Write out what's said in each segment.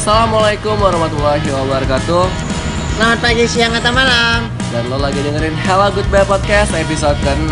Assalamualaikum warahmatullahi wabarakatuh. Selamat pagi, siang, atau malam. Dan lo lagi dengerin Hello Goodbye Podcast episode ke-6.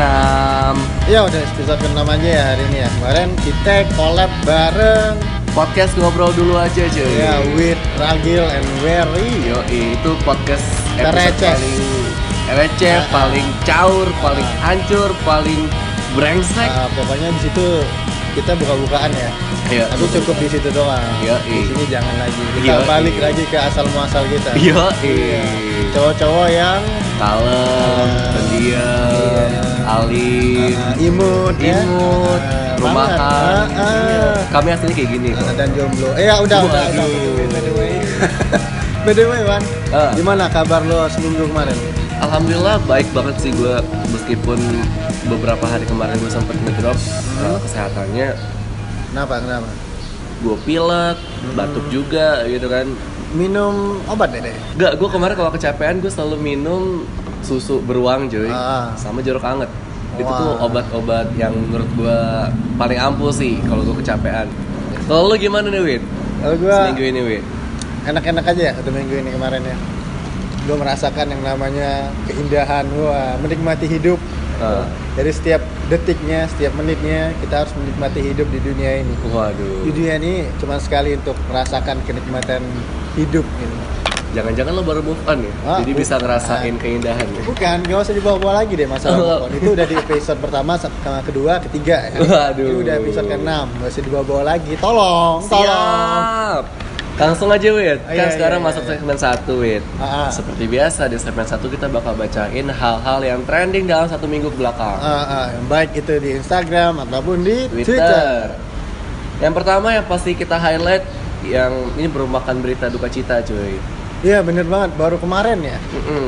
Ya udah episode ke-6 aja ya hari ini ya. Kemarin kita collab bareng Podcast ngobrol dulu aja cuy. ya with Ragil and Wery. Yoi, itu podcast episode Tereceh. paling receh, paling caur, paling hancur, paling brengsek. Pokoknya di situ kita buka-bukaan ya. Iya, Tapi cukup di situ doang. Yoi. Di sini jangan lagi. Kita Yoi. balik lagi ke asal muasal kita. Yoi. Cowok-cowok yang Kalem, pendiam, alim, imut, imut, rumahan. Iya. Kami aslinya kayak gini kok. Dan jomblo. Ya udah. Waduh. By the way. By the way, Wan. Gimana kabar lo seminggu kemarin? Alhamdulillah baik banget sih gue, meskipun beberapa hari kemarin gue sempet ngedrop kesehatannya. Kenapa? Gue pilek, batuk juga gitu kan. Minum obat deh. Gak, gue kemarin kalau kecapean gue selalu minum susu beruang cuy, sama jeruk anget. Itu tuh obat-obat yang menurut gue paling ampuh sih kalau gue kecapean. Kalau lu gimana nih Wid? Kalau gue Seminggu ini Wid? enak-enak aja ya 1 minggu ini kemarin ya. Gue merasakan yang namanya keindahan, menikmati hidup. Jadi setiap detiknya, setiap menitnya kita harus menikmati hidup di dunia ini. Waduh. Di dunia ini cuma sekali untuk merasakan kenikmatan hidup gitu. Jangan-jangan lo baru move on ya? Jadi bisa ngerasain keindahan ya? Bukan, gak usah dibawa-bawa lagi deh masalah move on. Itu udah di episode pertama, kedua, ketiga ya. Waduh. Ini udah episode ke-6, gak usah dibawa-bawa lagi. Tolong. Siap. Langsung aja Wid, kan sekarang masuk segmen 1 Wid. Seperti biasa di segmen 1 kita bakal bacain hal-hal yang trending dalam 1 minggu belakang. Baik itu di Instagram ataupun di Twitter. Yang pertama yang pasti kita highlight, yang ini merupakan berita duka cita cuy. Iya bener banget, baru kemarin ya.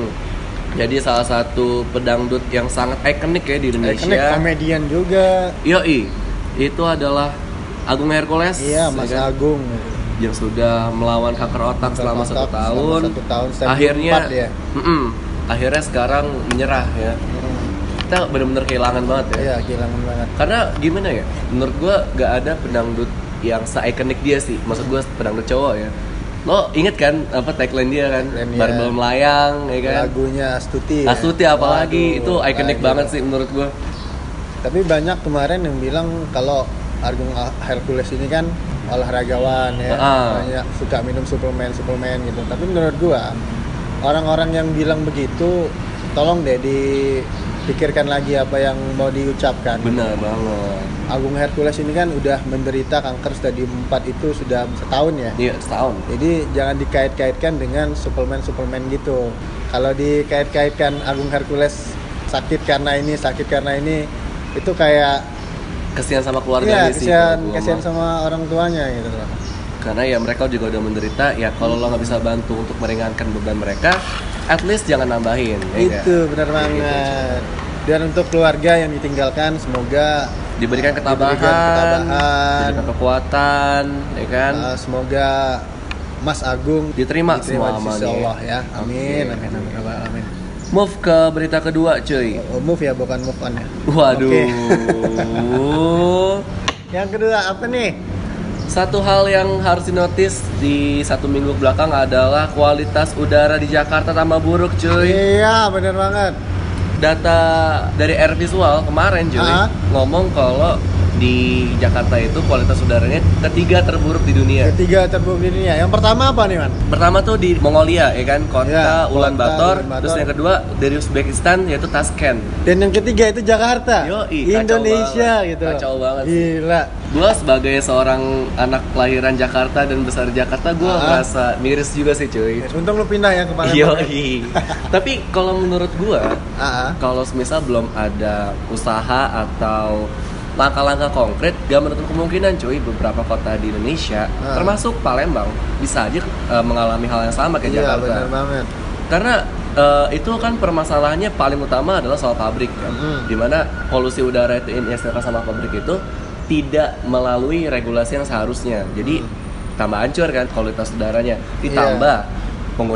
Jadi salah satu pedangdut yang sangat ikonik ya di Indonesia. Ikonik, komedian juga. Yoi, itu adalah Agung Hercules. Iya, Mas ya kan? Agung yang sudah melawan kanker otak selama 1 tahun. Akhirnya ya. Akhirnya sekarang menyerah ya. Kita benar-benar kehilangan banget ya. Iya, kehilangan banget. Karena gimana ya? Menurut gua gak ada pedangdut yang se-ikonik dia sih. Maksud gua pedangdut cowok ya. Lo inget kan apa tagline dia kan? Barbel melayang ya kan? Lagunya Astuti. Astuti apalagi itu ikonik banget sih menurut gua. Tapi banyak kemarin yang bilang kalau Agung Hercules ini kan olahragawan ya, banyak suka minum suplemen gitu. Tapi menurut gua orang-orang yang bilang begitu, tolong deh dipikirkan lagi apa yang mau diucapkan. Benar banget. Agung Hercules ini kan udah menderita kanker stadium 4 itu sudah setahun ya. Iya, setahun. Jadi jangan dikait-kaitkan dengan suplemen gitu. Kalau dikait-kaitkan Agung Hercules sakit karena ini, itu kayak kesian sama keluarganya sih. Kesian sama orang tuanya gitu loh. Karena ya mereka juga udah menderita, ya kalau lo nggak bisa bantu untuk meringankan beban mereka, at least jangan nambahin. Itu benar banget. Gitu. Dan untuk keluarga yang ditinggalkan, semoga diberikan ketabahan, diberikan kekuatan, ya kan. Semoga Mas Agung diterima semua amalnya. Allah ya. Amin. Amin. Move ke berita kedua cuy. Move ya, bukan move on ya. Waduh. Yang kedua apa nih? Satu hal yang harus dinotis di 1 minggu belakang adalah kualitas udara di Jakarta tambah buruk cuy. Iya bener banget. Data dari Air Visual kemarin cuy ngomong kalau di Jakarta itu kualitas udaranya ketiga terburuk di dunia. Yang pertama apa nih man? Pertama tuh di Mongolia ya kan, kota Ulaanbaatar. Terus yang kedua dari Uzbekistan yaitu Tashkent. Dan yang ketiga itu Jakarta. Indonesia gitu. Kacau banget. Gila. Gua sebagai seorang anak kelahiran Jakarta dan besar di Jakarta, gua ngerasa miris juga sih cuy. Untung lu pindah ya ke Palembang. Tapi kalau menurut gua, kalau misal belum ada usaha atau langkah-langkah konkret, gak menutup kemungkinan cuy beberapa kota di Indonesia termasuk Palembang bisa aja mengalami hal yang sama kayak Jakarta. Iya benar banget. Karena itu kan permasalahannya paling utama adalah soal pabrik kan, dimana polusi udara itu yang dihasilkan sama pabrik itu tidak melalui regulasi yang seharusnya. Jadi tambah hancur kan kualitas udaranya, ditambah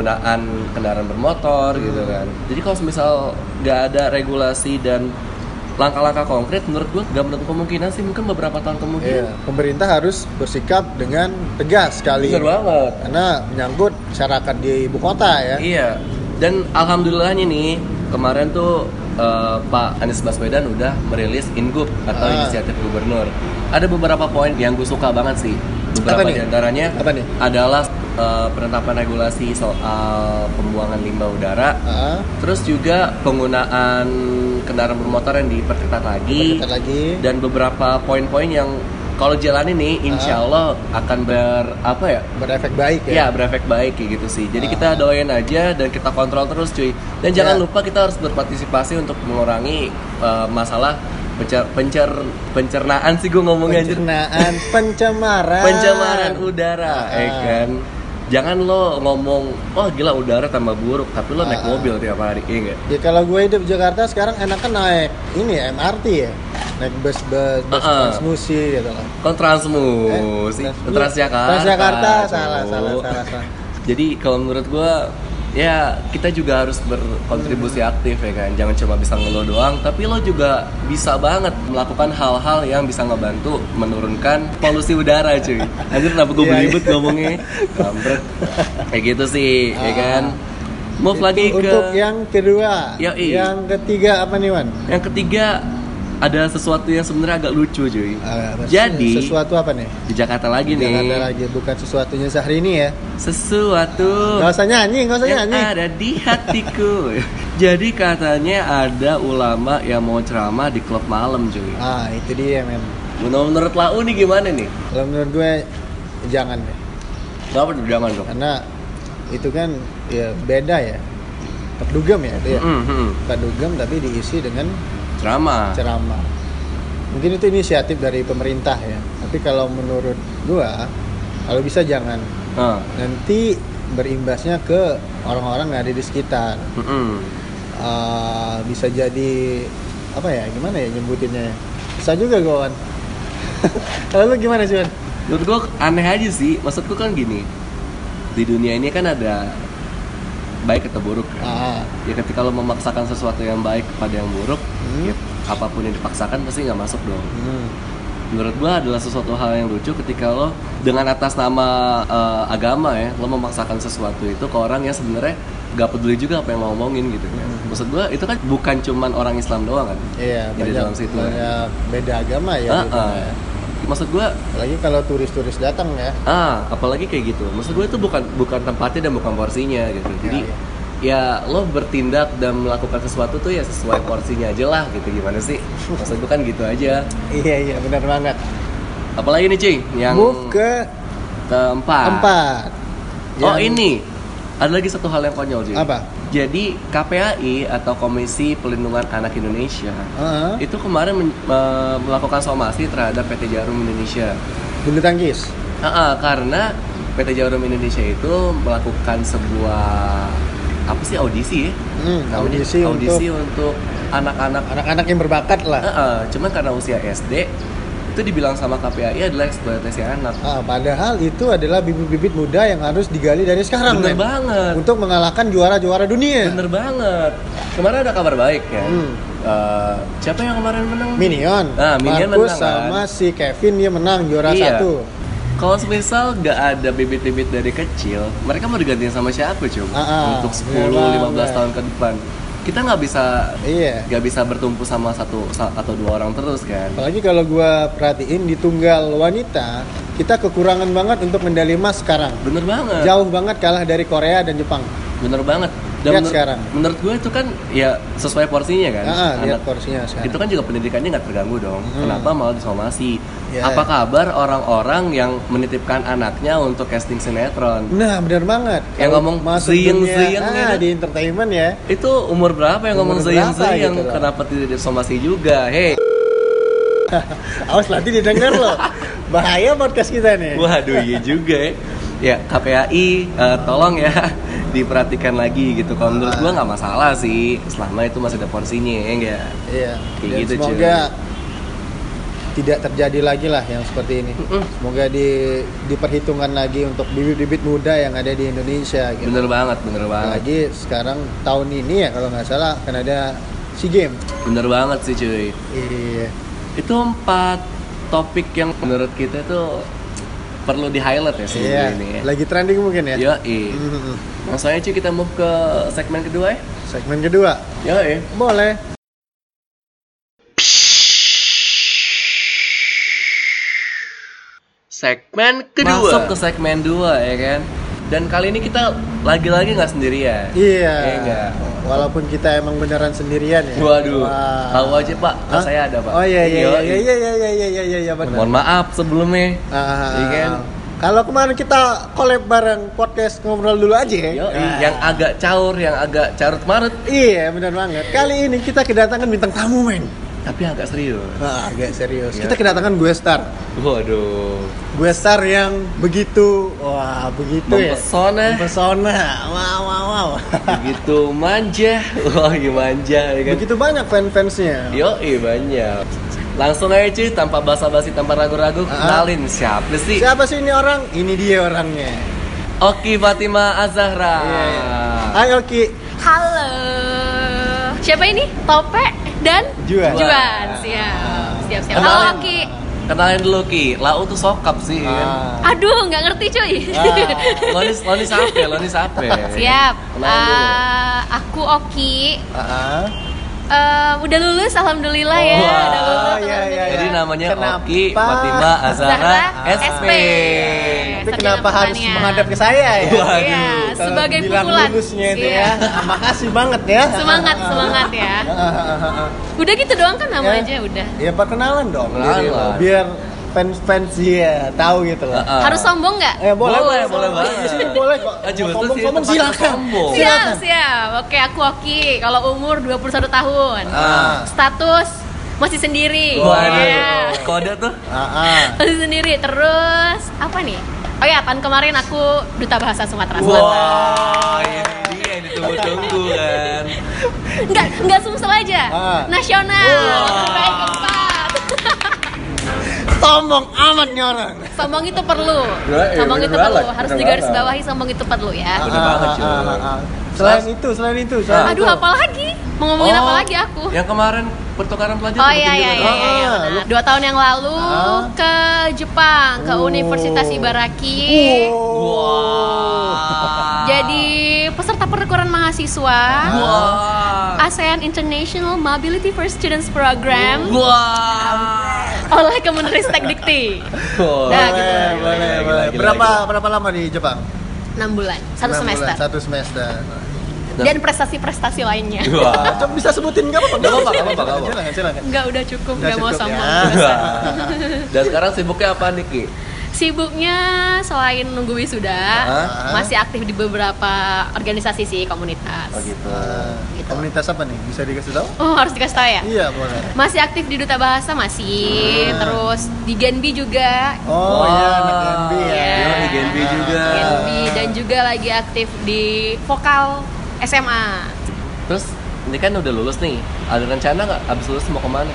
penggunaan kendaraan bermotor gitu kan. Jadi kalau misal gak ada regulasi dan langkah-langkah konkret menurut gue gak menutup kemungkinan sih, mungkin beberapa tahun kemudian. Pemerintah harus bersikap dengan tegas sekali. Benar banget. Karena menyangkut masyarakat di ibu kota ya. Iya. Dan alhamdulillahnya nih kemarin tuh Pak Anies Baswedan udah merilis Ingup atau inisiatif gubernur. Ada beberapa poin yang gue suka banget sih. Beberapa diantaranya adalah penetapan regulasi soal pembuangan limbah udara, terus juga penggunaan kendaraan bermotor yang diperketat lagi, dan beberapa poin-poin yang kalau jalan ini insya Allah akan berefek baik ya? Ya, berefek baik kayak gitu sih. Jadi kita doain aja dan kita kontrol terus cuy. Dan jangan lupa kita harus berpartisipasi untuk mengurangi masalah pencernaan sih gue ngomongnya. Pencemaran udara, kan. Jangan lo ngomong, oh gila udara tambah buruk, tapi lo naik mobil tiap hari, iya nggak? Ya kalau gue hidup di Jakarta sekarang enakan naik ini ya, MRT ya, naik bus Transmusi gitu lah. Transjakarta, salah. Jadi kalau menurut gue, ya kita juga harus berkontribusi aktif ya kan. Jangan cuma bisa ngeluh doang, tapi lo juga bisa banget melakukan hal-hal yang bisa ngebantu menurunkan polusi udara cuy. Anjir kenapa gue belibet ngomongnya. Kampret. Kayak gitu sih, ya kan. Move lagi ke untuk yang kedua. Yang ketiga apa nih Wan? Yang ketiga ada sesuatu yang sebenarnya agak lucu cuy. Jadi sesuatu apa nih? Di Jakarta lagi nih. Jakarta lagi, bukan sesuatunya Syahrini ya. Sesuatu Gak usah nyanyi. Ada di hatiku. Jadi katanya ada ulama yang mau ceramah di klub malam cuy. Itu dia men. Menurut Lau nih gimana nih? Kalau menurut gue jangan deh. Kenapa tuh jangan dong? Karena itu kan ya beda ya. Terdugam ya itu ya. Terdugam tapi diisi dengan ceramah. Mungkin itu inisiatif dari pemerintah ya. Tapi kalau menurut gua, kalau bisa jangan. Nanti berimbasnya ke orang-orang yang ada di sekitar. Bisa jadi apa ya? Gimana ya nyebutinnya? Bisa juga gua kan. Kalau lu gimana sih, Wan? Menurut gua aneh aja sih. Maksudku kan gini. Di dunia ini kan ada baik atau buruk kan? Ya ketika lo memaksakan sesuatu yang baik kepada yang buruk, ya, apapun yang dipaksakan pasti nggak masuk dong. Menurut gua adalah sesuatu hal yang lucu ketika lo dengan atas nama agama ya, lo memaksakan sesuatu itu ke orang yang sebenarnya nggak peduli juga apa yang lo ngomongin gitu kan. Maksud gua itu kan bukan cuman orang Islam doang kan? Iya, di dalam situ banyak beda agama ya. Maksud gue apalagi kalau turis-turis datang ya, apalagi kayak gitu. Maksud gue itu bukan tempatnya dan bukan porsinya gitu. Jadi ya lo bertindak dan melakukan sesuatu tuh ya sesuai porsinya aja lah gitu. Gimana sih? Maksud gue kan gitu aja. Iya benar banget. Apalagi nih cuy yang move keempat. Ini ada lagi satu hal yang konyol cuy. Apa? Jadi KPAI atau Komisi Pelindungan Anak Indonesia itu kemarin melakukan somasi terhadap PT Jarum Indonesia. Bulu tangkis? Karena PT Jarum Indonesia itu melakukan sebuah audisi ya? Audisi untuk anak-anak yang berbakat lah. Cuman karena usia SD itu dibilang sama KPAI adalah eksploitasi anak. Padahal itu adalah bibit-bibit muda yang harus digali dari sekarang. Bener banget. Untuk mengalahkan juara-juara dunia. Bener banget. Kemarin ada kabar baik ya. Siapa yang kemarin menang? Minion. Minion Marcus menang, sama si Kevin dia menang juara 1. Kalau semisal nggak ada bibit-bibit dari kecil, mereka mau digantiin sama siapa coba? Untuk 10-15 tahun ke depan. Kita nggak bisa bertumpu sama satu atau dua orang terus kan. Apalagi kalau gue perhatiin di tunggal wanita kita kekurangan banget untuk medali emas sekarang. Bener banget. Jauh banget kalah dari Korea dan Jepang. Bener banget. Dan sekarang menurut gue itu kan ya sesuai porsinya kan. Lihat porsinya sekarang. Itu kan juga pendidikannya nggak terganggu dong. Kenapa malah disomasi? Apa kabar orang-orang yang menitipkan anaknya untuk casting sinetron? Nah benar banget. Yang ngomong ziyeng gitu. Di entertainment ya. Itu umur berapa yang ngomong ziyeng gitu? Kenapa tidak disomasi juga? Hey. Awas nanti didengar loh. Bahaya podcast kita nih. Waduh iya juga ya. Ya KPAI tolong ya diperhatikan lagi gitu. Kalau menurut gua nggak masalah sih selama itu masih ada porsinya ya enggak. Iya. Kayak gitu, semoga tidak terjadi lagi lah yang seperti ini. Semoga diperhitungkan lagi untuk bibit-bibit muda yang ada di Indonesia gitu. Bener banget. Lagi sekarang tahun ini ya kalau nggak salah kan ada SEA Games. Bener banget sih cuy. Iya. Itu 4 topik yang menurut kita tuh perlu di highlight ya sih ini. Lagi trending mungkin ya. Yoi. Langsung aja cuy kita move ke segmen kedua ya. Segmen kedua. Yoi. Boleh. Segmen kedua. Masuk ke segmen 2 ya kan. Dan kali ini kita lagi-lagi nggak sendirian. Iya. Enggak. Walaupun kita emang beneran sendirian ya. Waduh. Tahu aja Pak, saya ada Pak. Oh iya benar. Mohon maaf sebelumnya. Iya kan. Kalau kemarin kita collab bareng podcast ngobrol dulu aja ya. Yang agak caur, yang agak carut marut. Iya benar banget. Kali ini kita kedatangan bintang tamu men. Tapi agak serius. Agak serius. Kita kedatangan gue Star. Waduh. Gue Star yang begitu, mempesona. Mempesona. Wow. Begitu manja. Wah, manja ya kan. Begitu banyak fans-fansnya. Banyak. Langsung aja cuy, tanpa basa-basi, tanpa ragu-ragu, kenalin siapa sih? Siapa sih ini orang? Ini dia orangnya. Oki Fatima Az-Zahra. Hai Oki. Halo. Siapa ini? Tope dan Juan. Siap. Halo Oki. Kenalin dulu Ki, Lau tuh sokap sih kan. Aduh, nggak ngerti cuy. Loni sape. Siap. Aku Oki. Udah lulus, alhamdulillah ya. Udah lulus. Iya. Jadi namanya Oki Fatima Az-Zahra SP. Tapi kenapa harus menghadap ke saya ya? Iya, sebagai pukulan. Lulusnya itu ya. Makasih banget ya. Semangat ya. Udah gitu doang kan nama aja udah. Ya perkenalan dong. Biar fans ya tahu gitu loh. Harus sombong nggak? Boleh banget. Boleh kok. Sombong silakan. Siap. Oke, aku Oki. Kalau umur 21 tahun. Status masih sendiri. Waduh. Kode tuh? Masih sendiri. Terus apa nih? Oh ya, tahun kemarin aku duta bahasa Sumatera Selatan. Wah, ini dia yang ditunggu-tunggu kan. Enggak Sumsel aja. Nasional. Baik, Pak. Sombong amat nih orang. Sombong itu perlu. Harus digarisbawahi, sombong itu perlu ya. Bener banget cuy. Selain itu. Aduh, apa lagi? Mau ngomongin apa lagi aku? Yang kemarin pertukaran pelajar. Oh iya. 2 tahun yang lalu ke Jepang, ke Universitas Ibaraki. Jadi peserta pertukaran mahasiswa. ASEAN International Mobility for Students Program. Oleh Kemenristek Dikti. Boleh. Berapa lama di Jepang? 6 bulan, 1 semester. 1 semester. Dan prestasi-prestasi lainnya. Coba bisa sebutin nggak apa-apa. Silakan. Nggak, udah cukup, nggak mau sombong. Dan sekarang sibuknya apa nih Ki? Sibuknya selain nunggu wisuda, masih aktif di beberapa organisasi sih, komunitas. Oh gitu. Komunitas apa nih? Bisa dikasih tahu? Oh, harus dikasih tahu ya? Iya, boleh. Masih aktif di Duta Bahasa masih, terus di Genbi juga. Oh iya, anak Genbi ya. Di Genbi juga. Genbi, dan juga lagi aktif di vokal SMA. Terus ini kan udah lulus nih, ada rencana nggak abis lulus mau kemana?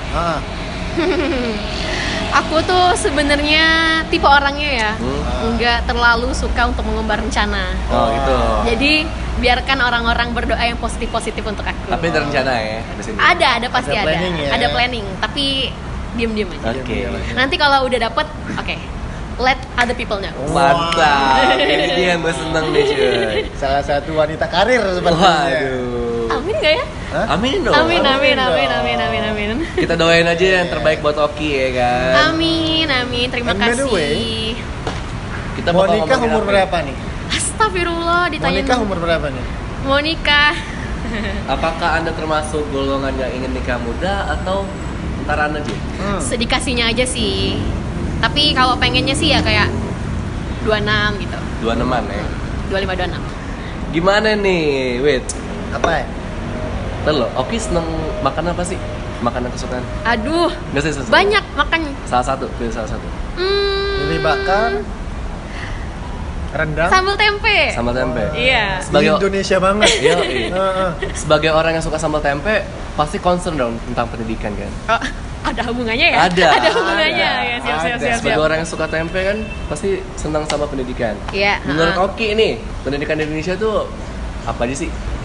Aku tuh sebenarnya tipe orangnya ya, nggak terlalu suka untuk mengumbar rencana. Oh gitu. Jadi biarkan orang-orang berdoa yang positif-positif untuk aku. Tapi ada rencana ya di sini? Ada pasti ada. Ya? Ada planning, tapi diem-diem aja. Oke. Nanti kalau udah dapet, let other people know. Mantap. Ini dia yang gue seneng nih cuy. Salah satu wanita karir sepertinya. Waduh. Amin gak ya? Amin dong. Amin. Kita doain aja yang terbaik buat Oki ya kan. Amin. Terima kasih. By the way, kita mau nikah umur berapa nih? Astagfirullah, ditanya. Mau nikah umur berapa nih? Mau nikah. Apakah Anda termasuk golongan yang ingin nikah muda atau entaran aja? Sedikasinya aja sih. Tapi kalau pengennya sih ya kayak 26 gitu. 26-an ya? 25, 26. Gimana nih, wait? Apa ya? Lo, Oki seneng makan apa sih? Makanan kesukaan? Aduh, nggak sih, banyak makan. Salah satu, pilih salah satu. Ini bakar, rendang, sambal tempe. Sambal tempe. Iya. Sebagai Indonesia banget. Iya. Sebagai orang yang suka sambal tempe, pasti concern dong tentang pendidikan kan? Ada hubungannya ya? Ada hubungannya ya. Siap. Sebagai orang yang suka tempe kan pasti senang sama pendidikan. Iya. Menurut Oki nih, pendidikan di Indonesia tuh apa aja sih?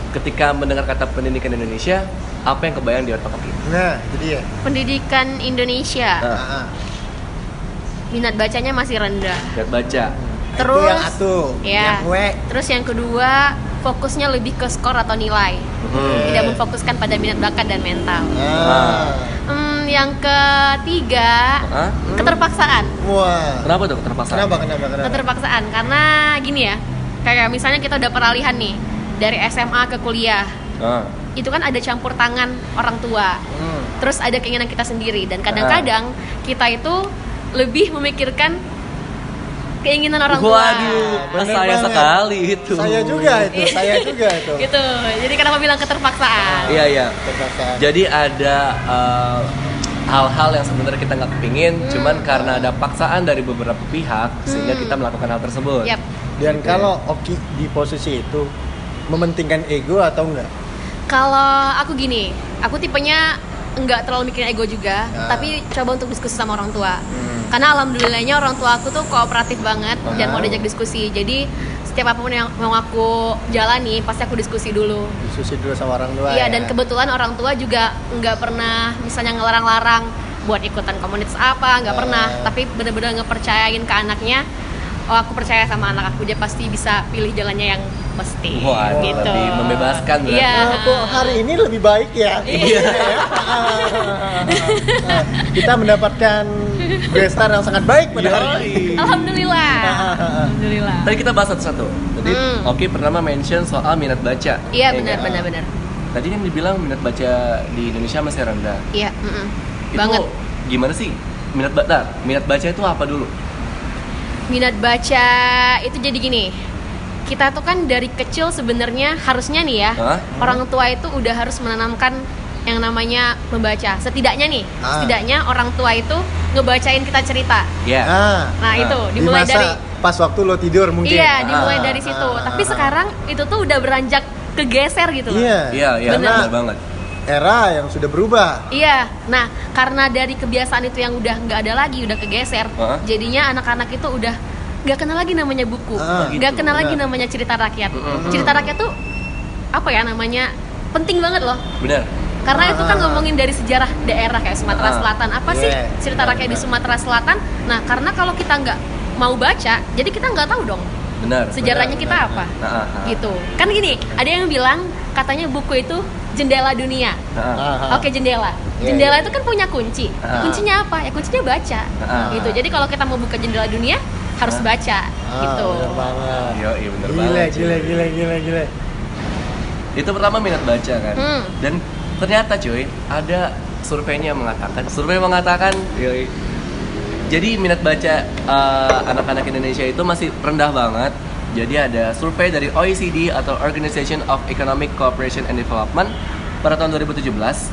ketika mendengar kata pendidikan Indonesia, apa yang kebayang di otak Oki? Nah, itu dia. Pendidikan Indonesia. Minat bacanya masih rendah. Minat baca. Terus itu yang atu, ya. yang kue. Terus yang kedua, fokusnya lebih ke skor atau nilai. Tidak memfokuskan pada minat bakat dan mental. Yang ketiga, keterpaksaan. Wah. Kenapa tuh keterpaksaan? Kenapa? Keterpaksaan karena gini ya. Kayak misalnya kita udah peralihan nih dari SMA ke kuliah. Itu kan ada campur tangan orang tua. Terus ada keinginan kita sendiri dan kadang-kadang kita itu lebih memikirkan keinginan orang tua. Waduh, saya sekali itu. Saya juga itu. Gitu. Jadi kenapa bilang keterpaksaan? Iya. Keterpaksaan. Jadi ada hal-hal yang sebenarnya kita nggak kepingin, cuman karena ada paksaan dari beberapa pihak sehingga kita melakukan hal tersebut. Yep. Dan kalau Oki di posisi itu mementingkan ego atau enggak? Kalau aku gini, aku tipenya enggak terlalu mikirin ego juga, tapi coba untuk diskusi sama orang tua. Karena alhamdulillahnya orang tua aku tuh kooperatif banget dan mau diajak diskusi. Jadi setiap apapun yang mau aku jalani, pasti aku diskusi dulu. Diskusi dulu sama orang tua. Iya, dan kebetulan orang tua juga nggak pernah misalnya ngelarang-larang buat ikutan komunitas apa, nggak pernah. Tapi benar-benar ngepercayain ke anaknya. Oh, aku percaya sama anak aku, dia pasti bisa pilih jalannya yang mesti. Wah, gitu. Lebih membebaskan. Iya. Kok hari ini lebih baik ya? Iya. Kita mendapatkan gestar yang sangat baik pada hari ini. Alhamdulillah. Tadi kita bahas satu-satu. Tadi Oki pertama mention soal minat baca. Iya, benar. Tadi yang dibilang minat baca di Indonesia masih rendah. Iya, Itu banget. Gimana sih? Minat baca itu apa dulu? Minat baca itu jadi gini. Kita tuh kan dari kecil sebenarnya harusnya nih ya, orang tua itu udah harus menanamkan yang namanya membaca. Setidaknya orang tua itu ngebacain kita cerita. Iya. Nah, itu dimulai dari pas waktu lo tidur mungkin. Iya, dimulai dari situ. Tapi sekarang itu tuh udah beranjak kegeser gitu loh. Iya, benar banget. Era yang sudah berubah. Iya, nah karena dari kebiasaan itu yang udah nggak ada lagi, udah kegeser, jadinya anak-anak itu udah nggak kenal lagi namanya buku, nggak kenal lagi namanya cerita rakyat. Cerita rakyat tuh apa ya namanya, penting banget loh. Benar. Karena itu kan ngomongin dari sejarah daerah kayak Sumatera Selatan. Apa sih cerita rakyat di Sumatera Selatan? Nah, karena kalau kita nggak mau baca, jadi kita nggak tahu dong. Benar. Sejarahnya kita apa? Gitu. Kan gini, ada yang bilang katanya buku itu jendela dunia. Oke, jendela. Jendela itu kan punya kunci. Kuncinya apa? Ya kuncinya baca. Gitu. Jadi kalau kita mau buka jendela dunia harus baca. Gitu. Bener banget. Iya, bener banget. Gila. Itu pertama minat baca kan. Dan ternyata cuy, ada survei mengatakan jadi minat baca anak-anak Indonesia itu masih rendah banget. Jadi ada survei dari OECD atau Organization of Economic Cooperation and Development pada tahun 2017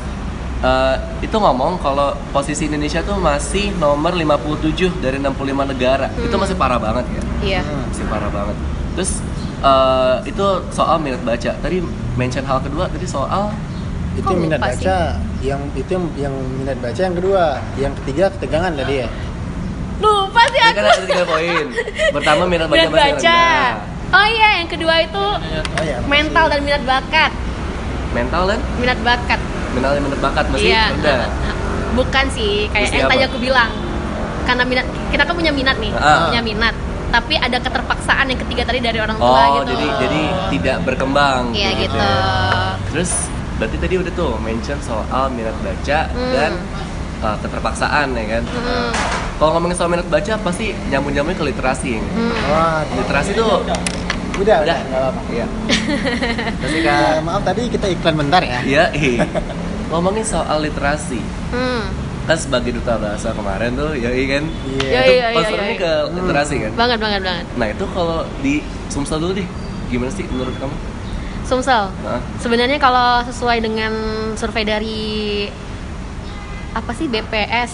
itu ngomong kalau posisi Indonesia tuh masih nomor 57 dari 65 negara. Itu masih parah banget ya. Iya. Masih parah banget. Terus itu soal minat baca. Tadi mention hal kedua tadi soal itu minat baca yang minat baca yang kedua, yang ketiga ketegangan tadi ya. Lupa sih aku. Kan ada 3 poin. Pertama minat baca masih rendah. Oh iya, yang kedua itu mental dan minat bakat. Mental dan minat bakat masih rendah. Bukan sih, kayak yang tadi aku bilang. Karena kita kan punya minat nih, punya minat. Tapi ada keterpaksaan yang ketiga tadi dari orang tua gitu. jadi tidak berkembang. Iya gitu. Terus berarti tadi udah tuh mention soal minat baca dan keterpaksaan ya kan. Kalau ngomongin soal minat baca pasti nyambung-nyambungnya ke literasi. Literasi tuh udah nggak apa-apa. Iya. Maaf tadi kita iklan bentar ya. Iya. Ngomongin soal literasi. Kan sebagai duta bahasa kemarin tuh, ya kan. Iya. Concernnya ke literasi kan. Banget. Nah itu kalau di Sumsel dulu deh, gimana sih menurut kamu? Sumsel. Sebenarnya kalau sesuai dengan survei dari apa sih BPS,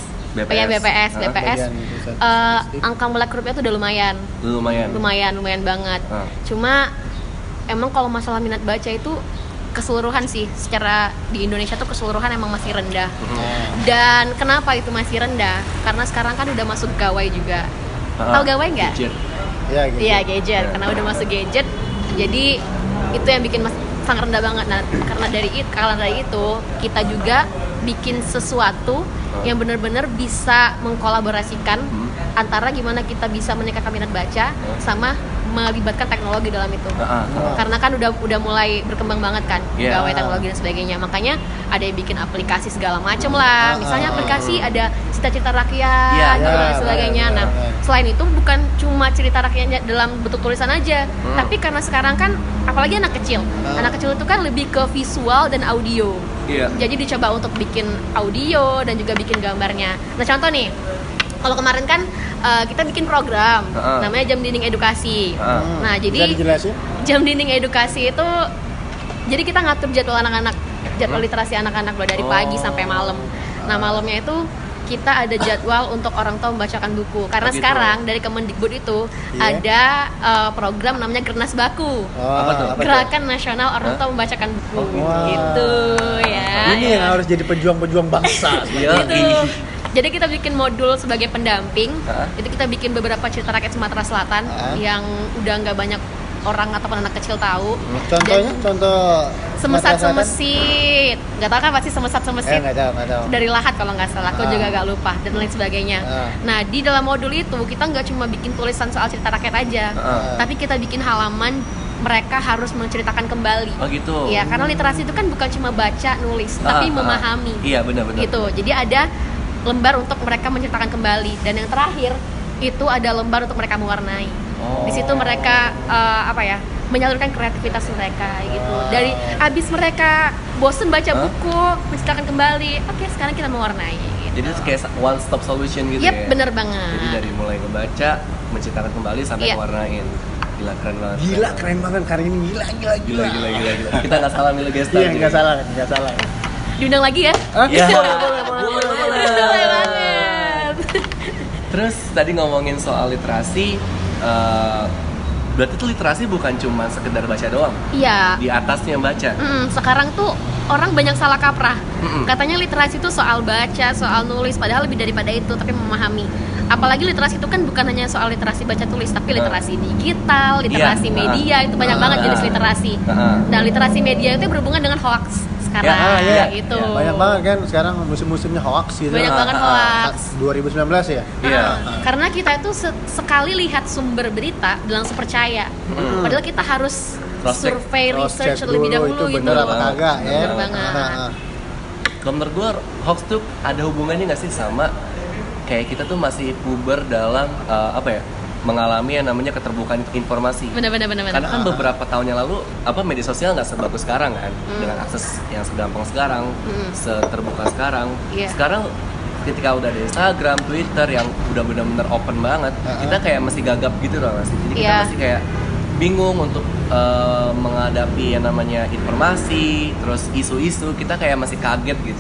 angka melek hurufnya tuh udah lumayan banget. Cuma emang kalau masalah minat baca itu keseluruhan sih, secara di Indonesia tuh keseluruhan emang masih rendah. Dan kenapa itu masih rendah? Karena sekarang kan udah masuk gawai juga. Tahu gawai nggak? Gadget. Iya, gadget. Karena udah masuk gadget, jadi itu yang bikin sangat rendah banget. Nah, karena dari itu kita juga bikin sesuatu yang benar-benar bisa mengkolaborasikan antara gimana kita bisa meningkatkan minat baca sama melibatkan teknologi dalam itu. Karena kan udah mulai berkembang banget kan gawai teknologi dan sebagainya. Makanya ada yang bikin aplikasi segala macam lah. Misalnya aplikasi ada cita-cita rakyat dan sebagainya. Nah, selain itu bukan cuma cerita rakyatnya dalam bentuk tulisan aja, tapi karena sekarang kan apalagi anak kecil. Anak kecil itu kan lebih ke visual dan audio. Jadi dicoba untuk bikin audio dan juga bikin gambarnya. Nah, contoh nih, kalau kemarin kan kita bikin program namanya Jam Dinding Edukasi. Nah, jadi Jam Dinding Edukasi itu jadi kita ngatur jadwal anak-anak, jadwal literasi anak-anak loh dari pagi sampai malam. Nah, malamnya itu kita ada jadwal untuk orang tua membacakan buku. Karena sekarang dari Kemendikbud itu ada program namanya Gernas Baku. Gerakan Nasional Orang Tua Membacakan Buku. Gitu ya. Ini yang harus jadi pejuang-pejuang bangsa. Gitu. Jadi kita bikin modul sebagai pendamping. Itu kita bikin beberapa cerita rakyat Sumatera Selatan yang udah nggak banyak orang ataupun anak kecil tahu. Contohnya, contoh Semesat Semesit, nggak tahu kan pasti Semesat Semesit nggak tahu. Dari Lahat kalau nggak salah, aku juga agak lupa dan lain sebagainya. Nah, di dalam modul itu kita nggak cuma bikin tulisan soal cerita rakyat aja, tapi kita bikin halaman mereka harus menceritakan kembali. Oh gitu. Ya, karena literasi itu kan bukan cuma baca nulis, tapi memahami. Iya, benar-benar. Gitu. Jadi ada lembar untuk mereka menceritakan kembali, dan yang terakhir itu ada lembar untuk mereka mewarnai. Di situ mereka menyalurkan kreativitas mereka gitu. Dari abis mereka bosen baca buku, menceritakan kembali, oke, sekarang kita mewarnai gitu. Jadi kayak one stop solution gitu. Yep, bener banget. Jadi dari mulai membaca, menceritakan kembali sampai mewarnain. Gila, keren banget. Gila, keren banget hari ini. Gila. Kita nggak salah milih guest star. Iya, nggak salah. Diundang lagi ya? Iya. Boleh banget. Terus tadi ngomongin soal literasi, berarti tuh literasi bukan cuma sekedar baca doang. Iya. Di atasnya baca. Sekarang tuh orang banyak salah kaprah. Katanya literasi itu soal baca, soal nulis, padahal lebih daripada itu, tapi memahami. Apalagi literasi itu kan bukan hanya soal literasi baca tulis, tapi literasi digital, literasi media, itu banyak banget jenis literasi. Nah, literasi media itu berhubungan dengan hoax sekarang gitu. Banyak banget kan sekarang musim-musimnya hoax gitu. Banyak banget hoax. 2019 ya? Iya. Karena kita itu sekali lihat sumber berita langsung percaya. Padahal kita harus survei, research lebih dahulu itu gitu. Bener apa kagak ya? Bener banget. Kalau menurut gue hoax tuh ada hubungannya nggak sih sama kayak kita tuh masih puber dalam mengalami yang namanya keterbukaan informasi. Benar. Karena kan beberapa tahun yang lalu media sosial nggak sebagus sekarang kan, dengan akses yang segampang sekarang, seterbuka sekarang. Sekarang ketika udah ada Instagram, Twitter yang udah benar-benar open banget, kita kayak masih gagap gitu loh masih. Jadi kita masih kayak bingung untuk menghadapi yang namanya informasi, terus isu-isu, kita kayak masih kaget gitu.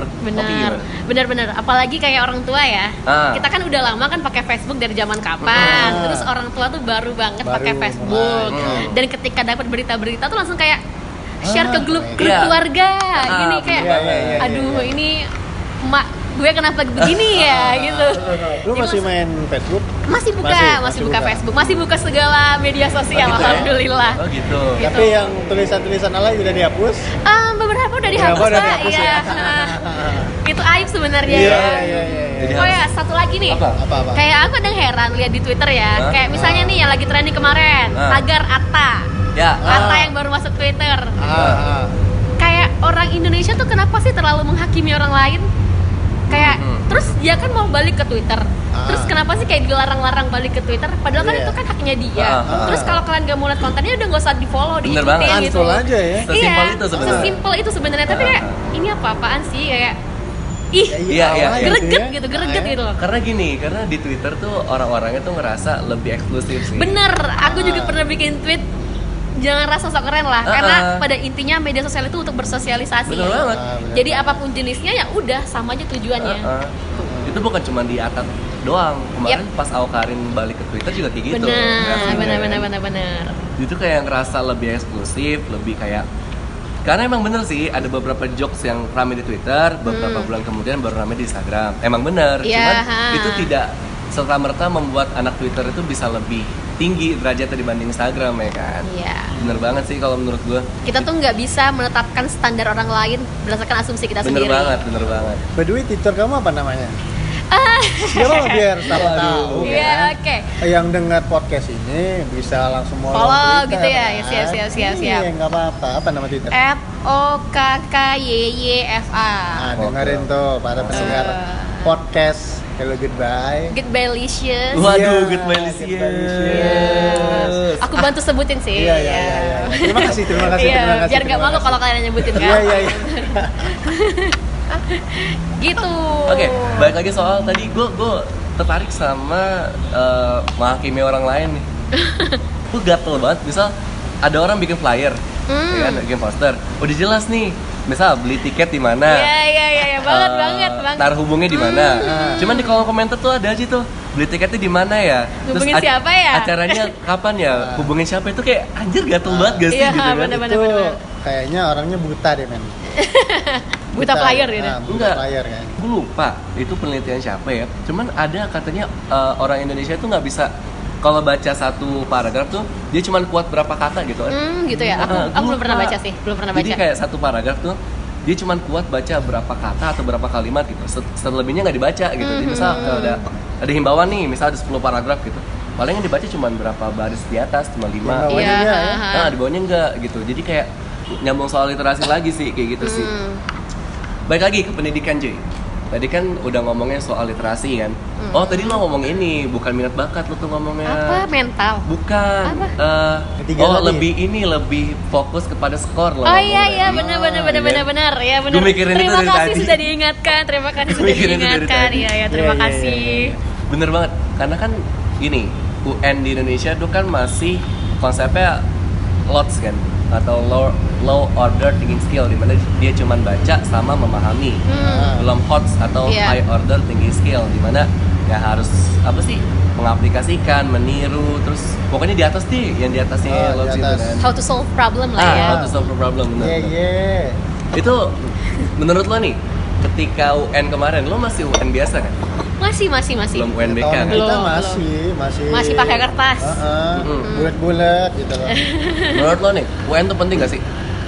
Bener. Apalagi kayak orang tua ya. Kita kan udah lama kan pakai Facebook dari zaman kapan. Terus orang tua tuh baru banget pakai Facebook. Dan ketika dapat berita-berita tuh langsung kayak share ke grup keluarga. Gini kayak, aduh ini gue kenapa begini ya gitu. Lu masih main Facebook? Masih buka Facebook, masih buka segala media sosial, alhamdulillah. Oh gitu. Tapi yang tulisan-tulisan alay udah dihapus? Beberapa udah dihapus Pak. Iya. Itu aib sebenarnya. Iya. Oh ya, satu lagi nih. Apa? Kayak aku kadang heran lihat di Twitter ya. Kayak misalnya nih yang lagi trending kemarin, tagar Atta. Atta yang baru masuk Twitter. Kayak orang Indonesia tuh kenapa sih terlalu menghakimi orang lain? Kayak terus dia kan mau balik ke Twitter. Terus kenapa sih kayak dilarang-larang balik ke Twitter? Padahal kan itu kan haknya dia. Terus kalau kalian gak mau lihat kontennya udah gak usah di-follow, di-ikutin gitu. Aja ya. Sesimpel itu sebenarnya. Tapi kayak ini apa-apaan sih kayak greget gitu loh. Karena gini, karena di Twitter tuh orang-orangnya tuh ngerasa lebih eksklusif sih. Bener, aku juga pernah bikin tweet jangan rasa sok keren lah, karena pada intinya media sosial itu untuk bersosialisasi. Bener banget. Jadi apapun jenisnya ya udah sama aja tujuannya. Itu bukan cuma di atas doang. Kemarin pas Awkarin balik ke Twitter juga kayak gitu. Benar. Itu kayak ngerasa lebih eksklusif, lebih kayak, karena emang bener sih ada beberapa jokes yang rame di Twitter, beberapa bulan kemudian baru rame di Instagram. Emang bener, cuman itu tidak serta-merta membuat anak Twitter itu bisa lebih tinggi derajatnya dibanding Instagram ya kan. Iya. Bener banget sih kalau menurut gue. Kita tuh nggak bisa menetapkan standar orang lain berdasarkan asumsi kita sendiri. Bener banget. By the way, Twitter kamu apa namanya? Biar siapa tahu ya, kan. Oke. Yang dengar podcast ini bisa langsung follow gitu ya. Siap. Iya, nggak apa-apa. Apa nama Twitter? @OKKYYFA. Nah, dengerin tuh para pendengar podcast Hello Goodbye. Goodbye-licious. Waduh, Goodbye-licious. Aku bantu sebutin sih. Iya. Terima kasih. Biar nggak malu kalau kalian nyebutin kan. Iya. Gitu. Oke, balik lagi soal tadi gue tertarik sama menghakimi orang lain nih. Gue gatel banget, misal ada orang bikin flyer, ya kan, bikin poster, udah jelas nih, misal beli tiket di mana, Iya, banget. Taruh hubungnya di mana. Cuman di kolom komentar tuh ada aja tuh, beli tiketnya di mana ya, hubungin siapa ya, acaranya kapan ya, hubungin siapa, itu kayak anjir gatel banget gak sih gitu kan? Bener. Kayaknya orangnya buta deh men. Buta flyer gitu. Buta flyer kan. Gue lupa itu penelitian siapa ya. Cuman ada katanya orang Indonesia tuh nggak bisa kalau baca satu paragraf tuh dia cuma kuat berapa kata gitu kan. Gitu ya. Aku belum pernah baca sih. Jadi kayak satu paragraf tuh dia cuma kuat baca berapa kata atau berapa kalimat gitu. Selebihnya nggak dibaca gitu. Jadi misal ada himbauan nih, misal ada 10 paragraf gitu. Paling yang dibaca cuma berapa baris di atas, cuma 5. Nah, di bawahnya enggak gitu. Jadi kayak nyambung soal literasi lagi sih kayak gitu sih. Baik lagi ke pendidikan Joy. Tadi kan udah ngomongnya soal literasi kan. Oh tadi lo ngomong ini bukan minat bakat lo tuh ngomongnya. Apa mental? Bukan. Lebih fokus kepada skor lo. Oh iya benar. Ya benar. Terima kasih sudah diingatkan. Iya terima kasih. Bener banget. Karena kan gini, UN di Indonesia tuh kan masih konsepnya LOTS kan, atau low order thinking skill, dimana dia cuma baca sama memahami. Belum HOTS atau high order thinking skill, dimana ya harus apa sih, mengaplikasikan, meniru, terus pokoknya di atas nih, yang di atasnya LOTS itu kan. How to solve problem lah ya. How to solve problem, benar. Itu menurut lo nih, ketika UN kemarin, lo masih UN biasa kan? Masih. Belum UNBK kan? Kita masih pakai kertas. Bulat-bulat gitu loh. Menurut lo nih, UN tuh penting gak sih?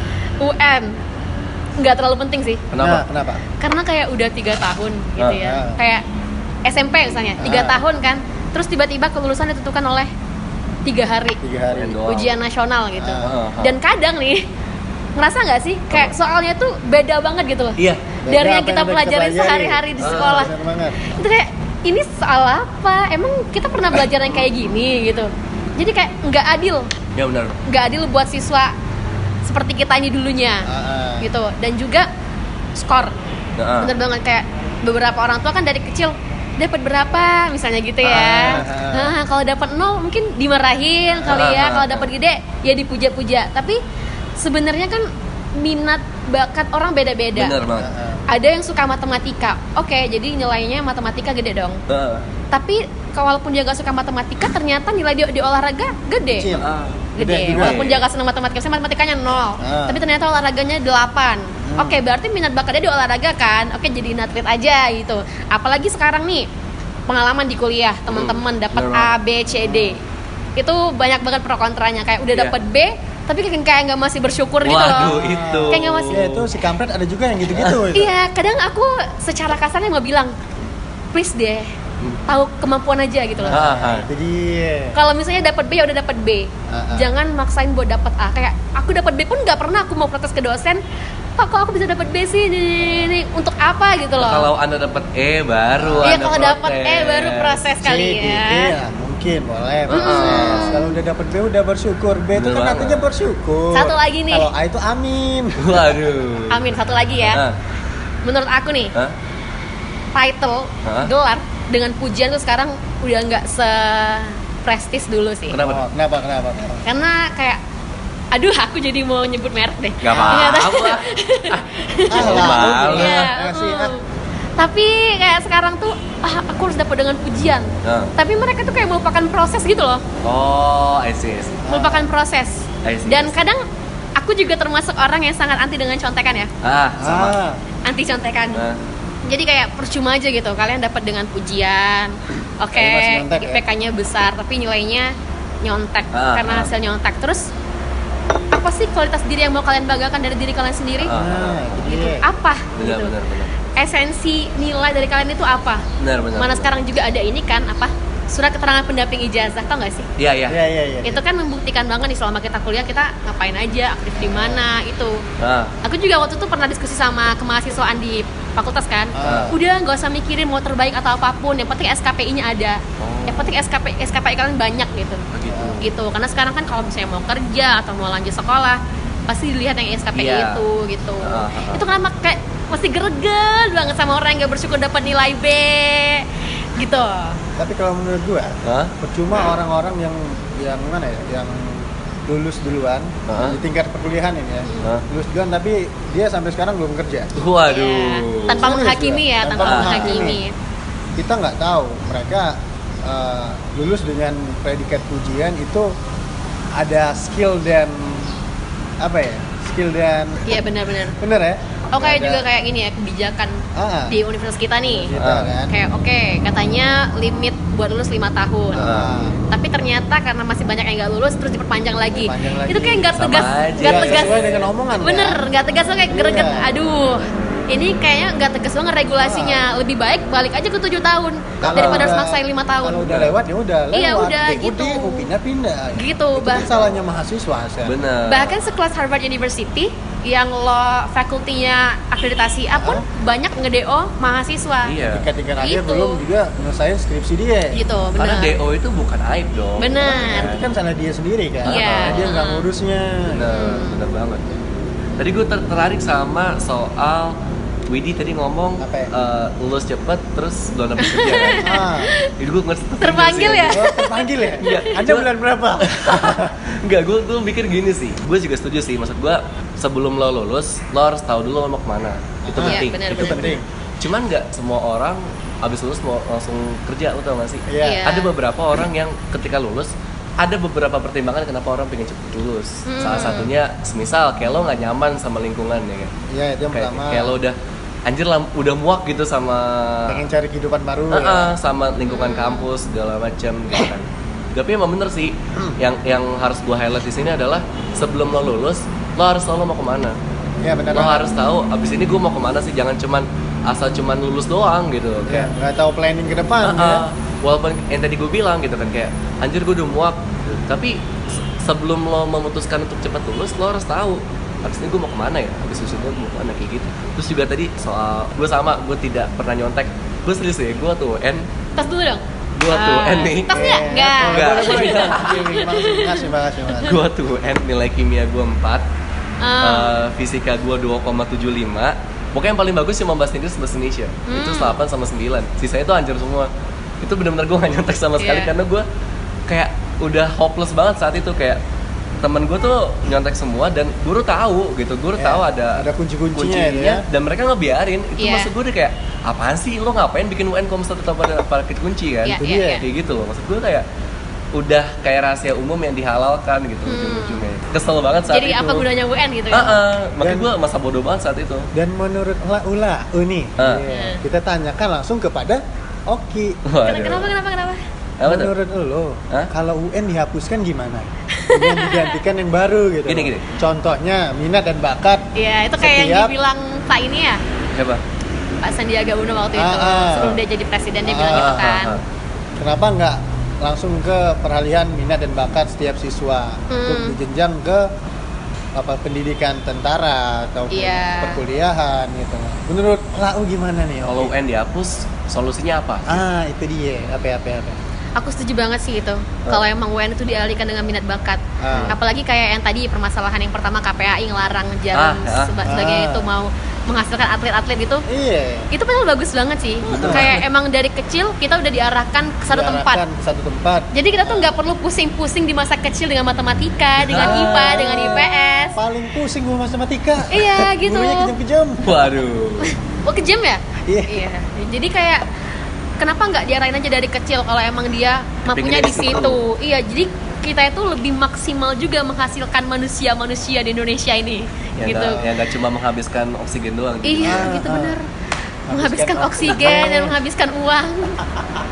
UN nggak terlalu penting sih. Kenapa? Karena kayak udah 3 tahun gitu ya. Kayak SMP misalnya 3 tahun kan, terus tiba-tiba kelulusan ditentukan oleh 3 hari. Ujian nasional gitu. Dan kadang nih, ngerasa nggak sih kayak soalnya tuh beda banget gitu loh. Iya. Dari yang kita pelajarin sehari-hari di sekolah. Itu kayak ini soal apa? Emang kita pernah belajar yang kayak gini gitu. Jadi kayak nggak adil. Ya benar. Nggak adil buat siswa seperti kita ini dulunya. Gitu. Dan juga skor. Bener banget, kayak beberapa orang tua kan dari kecil dapat berapa misalnya gitu ya. Kalau dapat 0 mungkin dimarahin kali ya. Kalau dapat gede ya dipuja-puja. Tapi sebenarnya kan minat bakat orang beda-beda. Bener banget. Ada yang suka matematika. Oke, jadi nilainya matematika gede dong. Tapi walaupun dia gak suka matematika, ternyata nilai dia di olahraga gede. Gede. Walaupun dia gak senang matematika, misalnya matematikanya 0, tapi ternyata olahraganya 8. Oke, berarti minat bakatnya di olahraga kan. Oke, jadi atlet aja gitu. Apalagi sekarang nih, pengalaman di kuliah, teman-teman dapat A, B, C, D. Itu banyak banget pro kontranya. Kayak udah dapat B, tapi kayak nggak masih bersyukur gitu loh. Waduh, itu. Kayak nggak masih. Ya itu si kampret ada juga yang gitu-gitu. Iya, kadang aku secara kasarnya mau bilang, please deh, tahu kemampuan aja gitu loh. Jadi kalau misalnya dapat B ya udah dapat B. Jangan maksain buat dapat A. Kayak aku dapat B pun nggak pernah aku mau protes ke dosen. Pak, kok aku bisa dapat B sih? Ini untuk apa gitu loh. Kalau Anda dapat E baru Anda kalau dapat E baru proses kali ya. Mungkin boleh proses. Kalau udah dapat B udah bersyukur. B itu kan artinya bersyukur. Satu lagi nih. Kalau A itu amin. Waduh. Amin, satu lagi ya. Menurut aku nih, title gelar dengan pujian tuh sekarang udah nggak se-prestis dulu sih. Kenapa? Karena kayak aduh, aku jadi mau nyebut merek deh. Gak apa-apa. Tapi kayak sekarang tuh aku harus dapat dengan pujian. Tapi mereka tuh kayak melupakan proses gitu loh. Oh, I see. Melupakan proses. Dan kadang aku juga termasuk orang yang sangat anti dengan contekan ya. Sama. Anti contekan. Jadi kayak percuma aja gitu. Kalian dapat dengan pujian. Oke, IPK-nya besar tapi nilainya nyontek karena hasil nyontek. Terus apa sih kualitas diri yang mau kalian banggakan dari diri kalian sendiri? Gitu. Apa? Gitu. Benar. Esensi nilai dari kalian itu apa? Benar. Mana sekarang juga ada ini kan apa? Surat keterangan pendamping ijazah, tau gak sih? Iya. Itu kan membuktikan banget nih selama kita kuliah kita ngapain aja, aktif di mana itu. Aku juga waktu itu pernah diskusi sama kemahasiswaan di fakultas kan. Udah nggak usah mikirin mau terbaik atau apapun, yang penting SKPI-nya ada. Yang penting SKPI kalian banyak gitu. Gitu. Karena sekarang kan kalau misalnya mau kerja atau mau lanjut sekolah, pasti dilihat yang SKPI itu gitu. Itu kenapa kayak masih greget banget sama orang yang nggak bersyukur dapat nilai B gitu. Tapi kalau menurut gua, percuma orang-orang yang mana ya, yang lulus duluan di tingkat perkuliahan ini ya, lulus duluan tapi dia sampai sekarang belum kerja. Waduh. Tanpa menghakimi ya, tanpa menghakimi. Kita nggak tahu mereka lulus dengan predikat pujian itu ada skill dan apa ya? Skill dan iya benar-benar. Benar ya? Kayak juga kayak gini ya, kebijakan di universitas kita nih. Kan? Kayak katanya limit buat lulus 5 tahun. Tapi ternyata karena masih banyak yang nggak lulus terus diperpanjang lagi. Itu kayak nggak tegas, sesuai dengan omongan. Bener, nggak tegas tuh kayak greget. Aduh, ini kayaknya nggak tegas banget regulasinya. Lebih baik balik aja ke 7 tahun daripada harus maksain 5 tahun. Kalau udah lewat ya udah lewat. Iya udah gitu. Pindah-pindah. Gitu. Itu kan salahnya mahasiswa. Bener. Bahkan sekelas Harvard University yang lo fakultinya akreditasi A pun banyak nge-DO mahasiswa. Iya. Tingkat akhir belum juga nyelesain skripsi dia. Gitu, benar. Karena DO itu bukan aib dong. Benar. Itu kan salah dia sendiri kan. Iya. Dia nggak ngurusnya. Bener banget. Tadi gue tertarik sama soal Widi tadi ngomong lulus cepet terus belum dapat kerja kan? Jadi gue ngerti terpanggil ya? Terpanggil ya? Iya. Anda bulan berapa? Enggak, gue mikir gini sih. Gue juga setuju sih. Maksud gue sebelum lo lulus, lo harus tahu dulu lo mau kemana. Itu penting. Itu penting. Cuman nggak semua orang abis lulus mau langsung kerja, lo tau gak sih? Iya. Ada beberapa orang yang ketika lulus ada beberapa pertimbangan kenapa orang pengen cepet lulus. Salah satunya, semisal kayak lo nggak nyaman sama lingkungan ya kan? Iya, itu yang pertama. Kayak lo udah muak gitu sama pengen cari kehidupan baru sama lingkungan kampus segala macam gitu kan. Tapi emang bener sih yang harus gue highlight di sini adalah sebelum lo lulus lo harus tahu lo mau kemana. Iya benar. Lo harus tahu abis ini gue mau kemana sih, jangan asal lulus doang gitu. Iya, nggak tahu planning ke depan ya. Walaupun yang tadi gue bilang gitu kan kayak anjir gue udah muak, tapi sebelum lo memutuskan untuk cepat lulus lo harus tahu abis ini gue mau kemana ya, abis itu gue mau kemana kayak gitu. Terus juga tadi soal gue tidak pernah nyontek, gue serius ya, gue tuh UN. Tas dulu dong. Gue tuh UN nih. Tas nggak? Makasih. Gue tuh UN, nilai kimia gue 4, fisika gue 2,75. Pokoknya yang paling bagus cuma bahasa Inggris, bahasa Indonesia. Itu 8 sama 9. Sisanya itu hancur semua. Itu benar-benar gue gak nyontek sama sekali karena gue kayak udah hopeless banget saat itu. Kayak temen gue tuh nyontek semua dan guru tahu gitu, tahu ada kunci-kuncinya ya. Dan mereka ngebiarin. Itu maksud gue udah kayak apaan sih, lo ngapain bikin UN kalau misalnya tanpa ada paket kunci kan? Kayak gitu loh. Maksud gue kayak udah kayak rahasia umum yang dihalalkan gitu ujung-ujungnya. Kesel banget saat itu. Jadi apa gunanya UN gitu ya? Makanya gue masa bodoh banget saat itu. Dan menurut Uni, kita tanyakan langsung kepada Oki. Kenapa? Menurut lo, kalau UN dihapuskan gimana? Dengan digantikan yang baru gitu. Gini. Contohnya minat dan bakat. Iya, itu kayak yang dibilang Pak ini ya. Siapa? Pak Sandiaga Uno waktu itu sebelum dia jadi presiden dia bilang gitu kan. Kenapa nggak langsung ke peralihan minat dan bakat setiap siswa untuk dijenjang ke pendidikan tentara atau perkuliahan gitu. Menurut Lau gimana nih? Kalau UN dihapus, solusinya apa? Itu dia. Apa? Aku setuju banget sih itu. Kalau emang UN itu dialihkan dengan minat bakat. Apalagi kayak yang tadi permasalahan yang pertama KPAI ngelarang Jarum sebagai itu mau menghasilkan atlet-atlet gitu. Iya. Itu padahal bagus banget sih. Kayak emang dari kecil kita udah diarahkan ke satu tempat. Jadi kita tuh nggak perlu pusing-pusing di masa kecil dengan matematika, dengan IPA, dengan IPS. Paling pusing gue matematika. Iya gitu. Gurunya kejam-kejam. Waduh. Kejam ya? Iya. Jadi kayak kenapa nggak diarahin aja dari kecil kalau emang dia mampunya di situ? Iya, jadi kita itu lebih maksimal juga menghasilkan manusia-manusia di Indonesia ini. Ya gitu. Nggak cuma menghabiskan oksigen doang. Iya, gitu benar. Menghabiskan oksigen dan menghabiskan uang.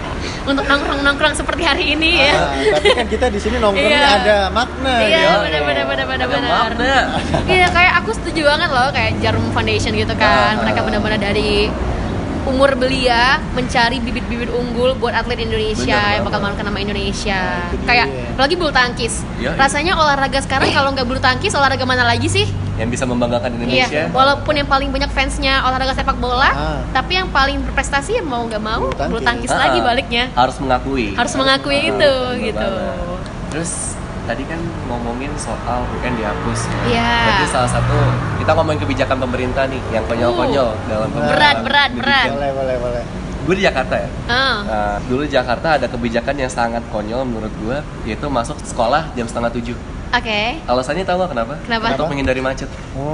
untuk nongkrong seperti hari ini ya. Tapi kan kita di sini nongkrongnya ada makna. Iya, benar. Iya, kayak aku setuju banget loh kayak Jarum Foundation gitu kan. Mereka benar-benar dari umur belia mencari bibit-bibit unggul buat atlet Indonesia yang bakal mengangkat nama Indonesia. Kayak apalagi bulu tangkis. Rasanya olahraga sekarang kalau nggak bulu tangkis, olahraga mana lagi sih yang bisa membanggakan Indonesia? Iya, walaupun yang paling banyak fansnya olahraga sepak bola, tapi yang paling berprestasi ya mau nggak mau bulu tangkis lagi baliknya. Harus mengakui itu gitu. Terus tadi kan ngomongin soal UN dihapus. Iya. Berarti salah satu kita ngomongin kebijakan pemerintah nih yang konyol-konyol dalam berat. Boleh. Gue di Jakarta ya. Nah, dulu di Jakarta ada kebijakan yang sangat konyol menurut gue, yaitu masuk sekolah jam 6:30. Oke. Alasannya tahu nggak kenapa? Untuk menghindari macet.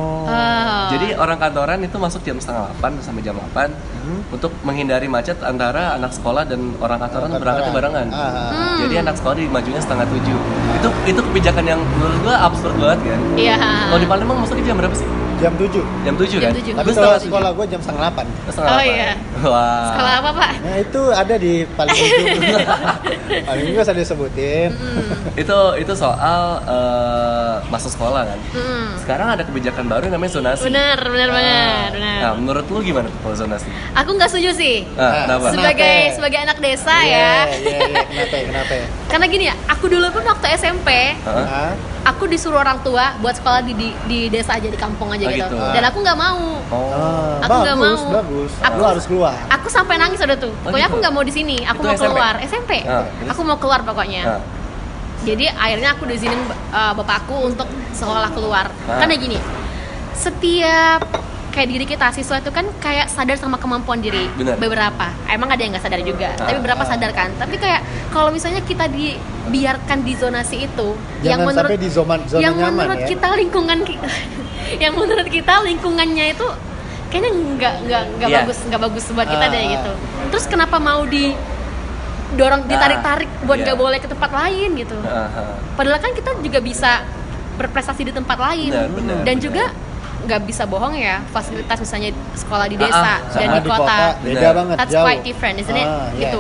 Jadi orang kantoran itu masuk jam 7:30 sampai jam 8 untuk menghindari macet antara anak sekolah dan orang kantoran berangkat barengan. Jadi anak sekolah dimajunya 6:30. Itu kebijakan yang menurut gua absurd banget kan. Iya. Kalau di Palembang masuknya jam berapa sih? Jam 7 kan? Tapi kalau sekolah gue jam 7:30. Oh iya. Wah. Sekolah apa, Pak? Nah itu ada di Palembang. Paling juga saya disebutin. Itu soal masuk sekolah kan. Sekarang ada kebijakan baru namanya zonasi. Benar banget. Nah, menurut lu gimana tuh kalau zonasi? Aku nggak setuju sih. Kenapa? Sebagai anak desa ya. Kenapa? Karena gini ya, aku dulu pun waktu SMP, aku disuruh orang tua buat sekolah di desa aja, di kampung aja gitu. Dan aku nggak mau. Aku nggak mau. Bagus. Aku harus keluar. Aku sampai nangis udah tuh. Pokoknya aku nggak mau di sini. Aku mau keluar. SMP. Aku mau keluar pokoknya. Jadi akhirnya aku diizinin bapakku untuk sekolah keluar. Karena gini, setiap kayak diri kita siswa itu kan kayak sadar sama kemampuan diri. Beberapa emang ada yang nggak sadar juga, tapi beberapa sadar kan. Tapi kayak kalau misalnya kita dibiarkan di zonasi itu, jangan sampai di zona yang nyaman, menurut ya? kita lingkungan yang menurut kita lingkungannya itu kayaknya nggak bagus buat kita deh gitu. Terus kenapa mau didorong, ditarik-tarik buat nggak boleh ke tempat lain gitu? Padahal kan kita juga bisa berprestasi di tempat lain. Dan juga nggak bisa bohong ya, fasilitas misalnya sekolah di desa dan di kota beda banget. That's jauh. quite different, isn't it? Gitu.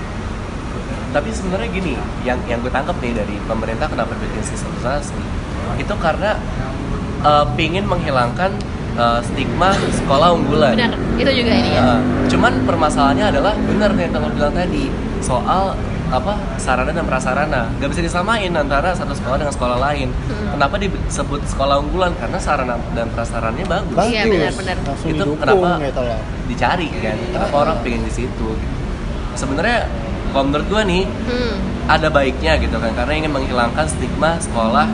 Tapi sebenarnya gini, yang gue tangkap nih dari pemerintah kenapa bikin sistem zonasi itu karena pingin menghilangkan stigma sekolah unggulan. Benar, itu juga ini ya. Cuman permasalahannya adalah benar yang kamu bilang tadi soal sarana dan prasarana nggak bisa disamain antara satu sekolah dengan sekolah lain. Kenapa disebut sekolah unggulan? Karena sarana dan prasarannya bagus. Iya, benar. Itu kenapa dicari kan? Kenapa orang pengen di situ? Sebenarnya kalau menurut gue nih ada baiknya gitu kan, karena ingin menghilangkan stigma sekolah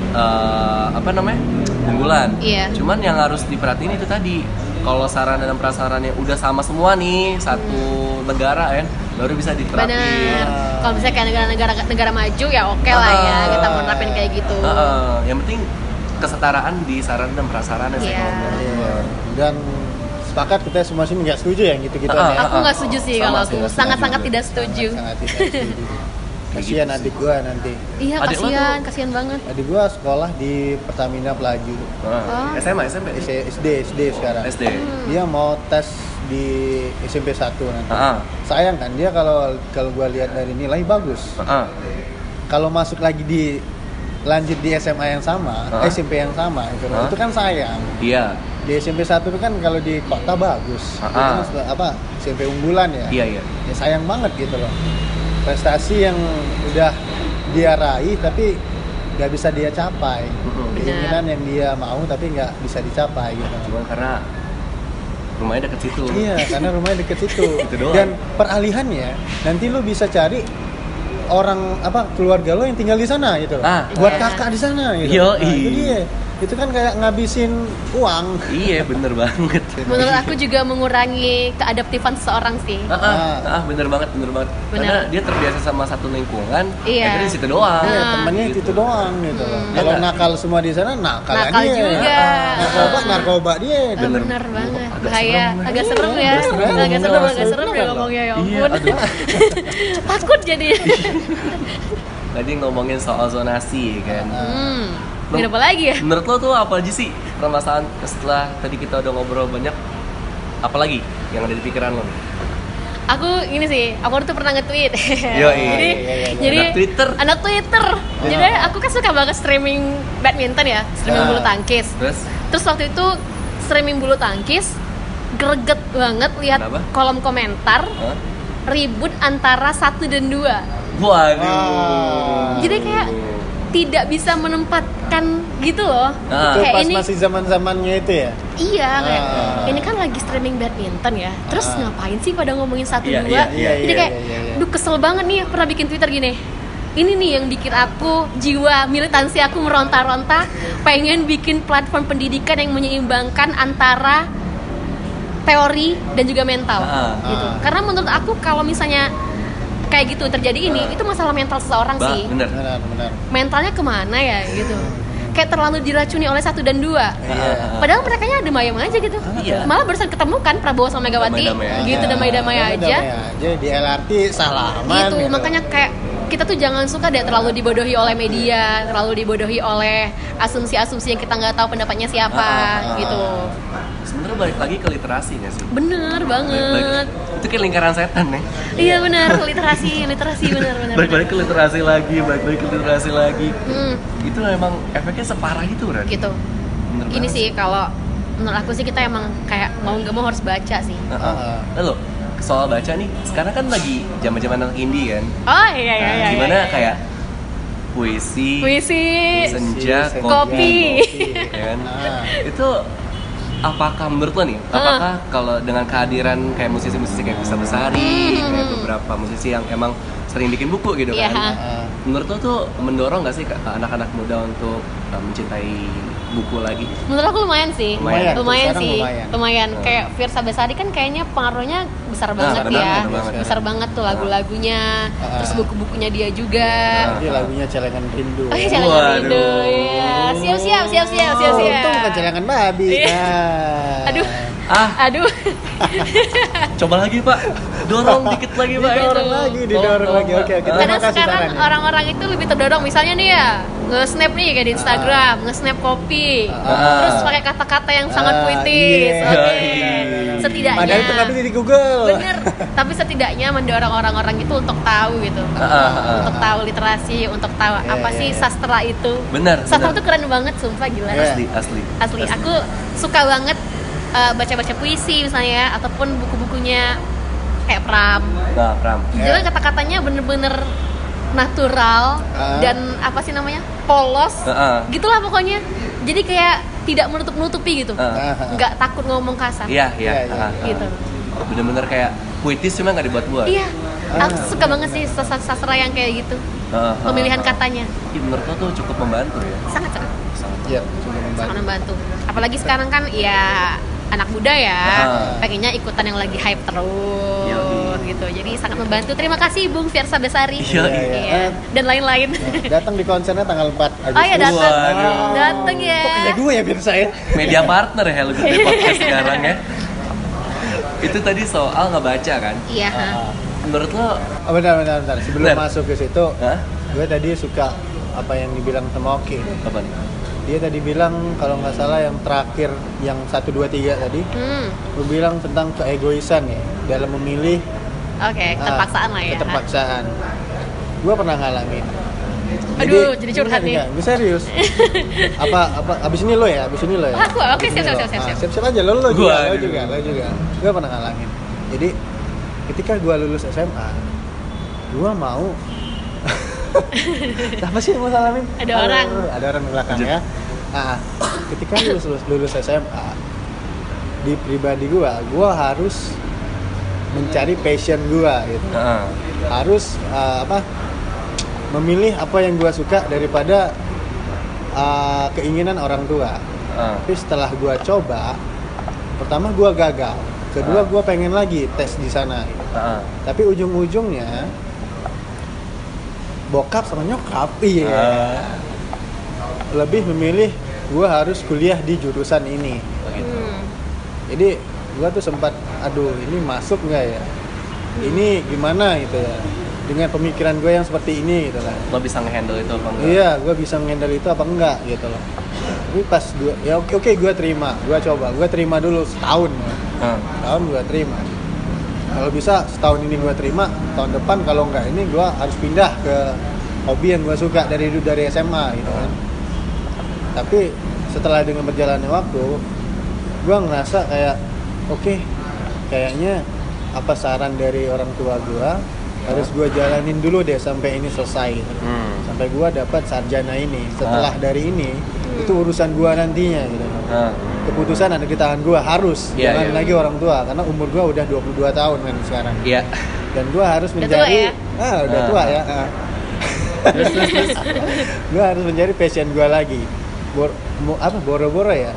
unggulan. Cuman yang harus diperhatiin itu tadi, kalau sarana dan prasarannya udah sama semua nih satu negara kan, baru bisa diterapin. Bener. Kalau misalnya kayak negara maju ya oke lah ya kita menerapin kayak gitu. Yang penting kesetaraan di sarana dan prasarana sih kalau menurut. Dan sepakat kita semua sini nggak setuju ya gitu-gitu. Aku nggak setuju sih kalau aku sangat-sangat tidak setuju. Kasihan adik gue nanti. Iya, kasihan banget. Adik gue sekolah di Pertamina Pelaju. SMA, SMP? SD sekarang. SD. Dia mau tes di SMP 1 nanti. Sayang kan dia kalau gue lihat dari nilai bagus. Kalau masuk lagi lanjut di SMA yang sama, SMP yang sama itu kan sayang. Iya. Di SMP 1 itu kan kalau di kota bagus. Itu kan SMP unggulan ya. Iya. Ya sayang banget gitu loh. Prestasi yang udah dia raih tapi nggak bisa dia capai. Keinginan yang dia mau tapi nggak bisa dicapai gitu. Cuma karena rumahnya deket situ. Iya, karena rumahnya deket situ. Itu doang. Dan peralihannya nanti lu bisa cari orang keluarga lo yang tinggal di sana gitu. Buat kakak di sana gitu. Itu dia. Itu kan kayak ngabisin uang. Iya, bener banget. Menurut aku juga mengurangi keadaptifan seseorang sih. Bener banget. Karena dia terbiasa sama satu lingkungan, akhirnya di situ doang. Temennya gitu. Itu doang gitu. Kalau nakal semua di sana, nakal juga. Narkoba dia. Bener banget. Bahaya. Agak serem ya. Agak serem ya ngomongnya, ya ampun. Takut jadi. Tadi ngomongin soal zonasi kan. Apa lagi ya? Menurut lo tuh apa aja sih permasalahan setelah tadi kita udah ngobrol banyak, apa lagi yang ada di pikiran lo? aku ini sih, aku tuh pernah nge-tweet. Jadi anak Twitter. Jadi aku kan suka banget streaming badminton ya, streaming bulu tangkis. Terus waktu itu streaming bulu tangkis, greget banget lihat kolom komentar ribut antara 1 dan 2. Waduh. Jadi kayak tidak bisa menempatkan gitu loh. Itu kayak pas ini, masih zaman-zamannya itu ya? Iya, kayak ini kan lagi streaming badminton ya. Terus ngapain sih pada ngomongin 1-2? Jadi kayak duh kesel banget nih, pernah bikin Twitter gini. Ini nih yang bikin aku, jiwa militansi aku meronta-ronta, pengen bikin platform pendidikan yang menyeimbangkan antara teori dan juga mental gitu. Karena menurut aku kalau misalnya kayak gitu terjadi itu masalah mental seseorang sih. Benar. Mentalnya kemana ya gitu. Kayak terlalu diracuni oleh 1 dan 2. Padahal mereka nya adem-ayem aja gitu. Malah barusan ketemu kan Prabowo sama Megawati gitu, damai-damai aja. Di LRT salaman. Gitu, makanya kayak kita tuh jangan suka deh terlalu dibodohi oleh media, terlalu dibodohi oleh asumsi-asumsi yang kita nggak tahu pendapatnya siapa gitu. Sebenarnya balik lagi ke literasi nggak sih? Bener banget. Itu kayak lingkaran setan nih. Iya benar, literasi benar. Balik ke literasi lagi. Itu memang efeknya separah itu kan? Gitu. Ini sih kalau menurut aku sih kita emang kayak mau nggak mau harus baca sih. Lalu soal baca nih, sekarang kan lagi zaman-zaman anak indie kan? Oh iya. Gimana kayak puisi, senja, kopi. Kan? Itu apakah menurut lo nih, apakah kalau dengan kehadiran kayak musisi-musisi kayak Firsa Besari, kayak beberapa musisi yang emang sering bikin buku gitu kan, menurut lo tuh mendorong nggak sih anak-anak muda untuk mencintai buku lagi? Menurut aku lumayan sih. Lumayan. Kayak Firsa Besari kan kayaknya pengaruhnya besar banget ya. Besar banget tuh lagu-lagunya, terus buku-bukunya dia juga. Jadi lagunya Celengan Rindu. Oh, Celengan Rindu. Ya. Siap. Itu bukan celengan babi. Aduh. Coba lagi, Pak. Dorong dikit lagi, Pak. Didorong lagi. Oke. Karena sekarang orang-orang itu lebih terdorong, misalnya nih ya, nge-snap nih kayak di Instagram, nge-snap kopi. Terus pakai kata-kata yang sangat puitis. Setidaknya. Padahal itu nggak bisa di Google. Bener. Tapi setidaknya mendorong orang-orang itu untuk tahu gitu. Untuk tahu literasi, untuk tahu apa sih sastra itu. Benar. Sastra itu keren banget, sumpah gila. Asli. Aku suka banget baca-baca puisi misalnya ya, ataupun buku-bukunya kayak Pram. Jadi kata-katanya bener-bener natural dan apa sih namanya, polos, gitulah pokoknya. Jadi kayak tidak menutup-nutupi gitu, nggak takut ngomong kasar. Iya. Gitu. Bener-bener kayak puitis cuma nggak dibuat-buat. Iya, aku suka banget sih sastra yang kayak gitu. Pemilihan katanya. Menurut lo tuh cukup membantu ya? Sangat. Iya, cukup membantu. Apalagi sekarang kan ya anak muda ya, pengennya ikutan yang lagi hype terus gitu. Jadi sangat membantu. Terima kasih Bung Firsa Besari. Iya. Dan lain-lain. Datang di konsernya tanggal 4 Agustus. Oh iya, datang ya. Kok kayak gue ya Firsa ya? Media partner ya Hello Good Podcast sekarang ya. Itu tadi soal ngebaca kan? Iya. Menurut lo? Bentar. Sebelum masuk ke situ, gue tadi suka apa yang dibilang sama Oki. Apa nih? Dia tadi bilang kalau nggak salah yang terakhir yang 1, 2, 3 tadi, gue bilang tentang keegoisan ya dalam memilih. Keterpaksaan lah ya. Keterpaksaan. Gue pernah ngalamin. Aduh, jadi curhat nih. Gue serius. apa abis ini lo ya? Aku, oke, siap. Siap aja lo juga. Gue pernah ngalamin. Jadi ketika gue lulus SMA, gue mau apa sih yang mau salamin? Ada orang di belakang ya. Ketika lulus SMA, di pribadi gue harus mencari passion gue gitu. Harus memilih apa yang gue suka daripada keinginan orang tua. Tapi setelah gue coba, pertama gue gagal, kedua gue pengen lagi tes di sana. Tapi ujung-ujungnya bokap sama nyokap lebih memilih gue harus kuliah di jurusan ini. Jadi gue tuh sempat ini masuk nggak ya, ini gimana gitu ya, dengan pemikiran gue yang seperti ini gitu lah. Lo bisa nge-handle itu apa enggak? Iya, gue bisa nge-handle itu apa enggak gitu loh. Tapi pas gue ya oke gue terima, gue coba, gue terima dulu setahun. Setahun gue terima. kalau bisa setahun ini gue terima, tahun depan kalau nggak ini gue harus pindah ke hobi yang gue suka dari SMA gitu kan. Tapi setelah dengan berjalannya waktu, gue ngerasa kayak oke, kayaknya apa saran dari orang tua gue harus gue jalanin dulu deh sampai ini selesai gitu. Sampai gue dapat sarjana ini. Setelah dari ini itu urusan gue nantinya gitu. Keputusan ada di tangan gue, harus jangan lagi orang tua, karena umur gue udah 22 tahun kan sekarang. Dan gue harus mencari udah tua ya. Terus gue harus mencari passion gue lagi. Boro-boro ya.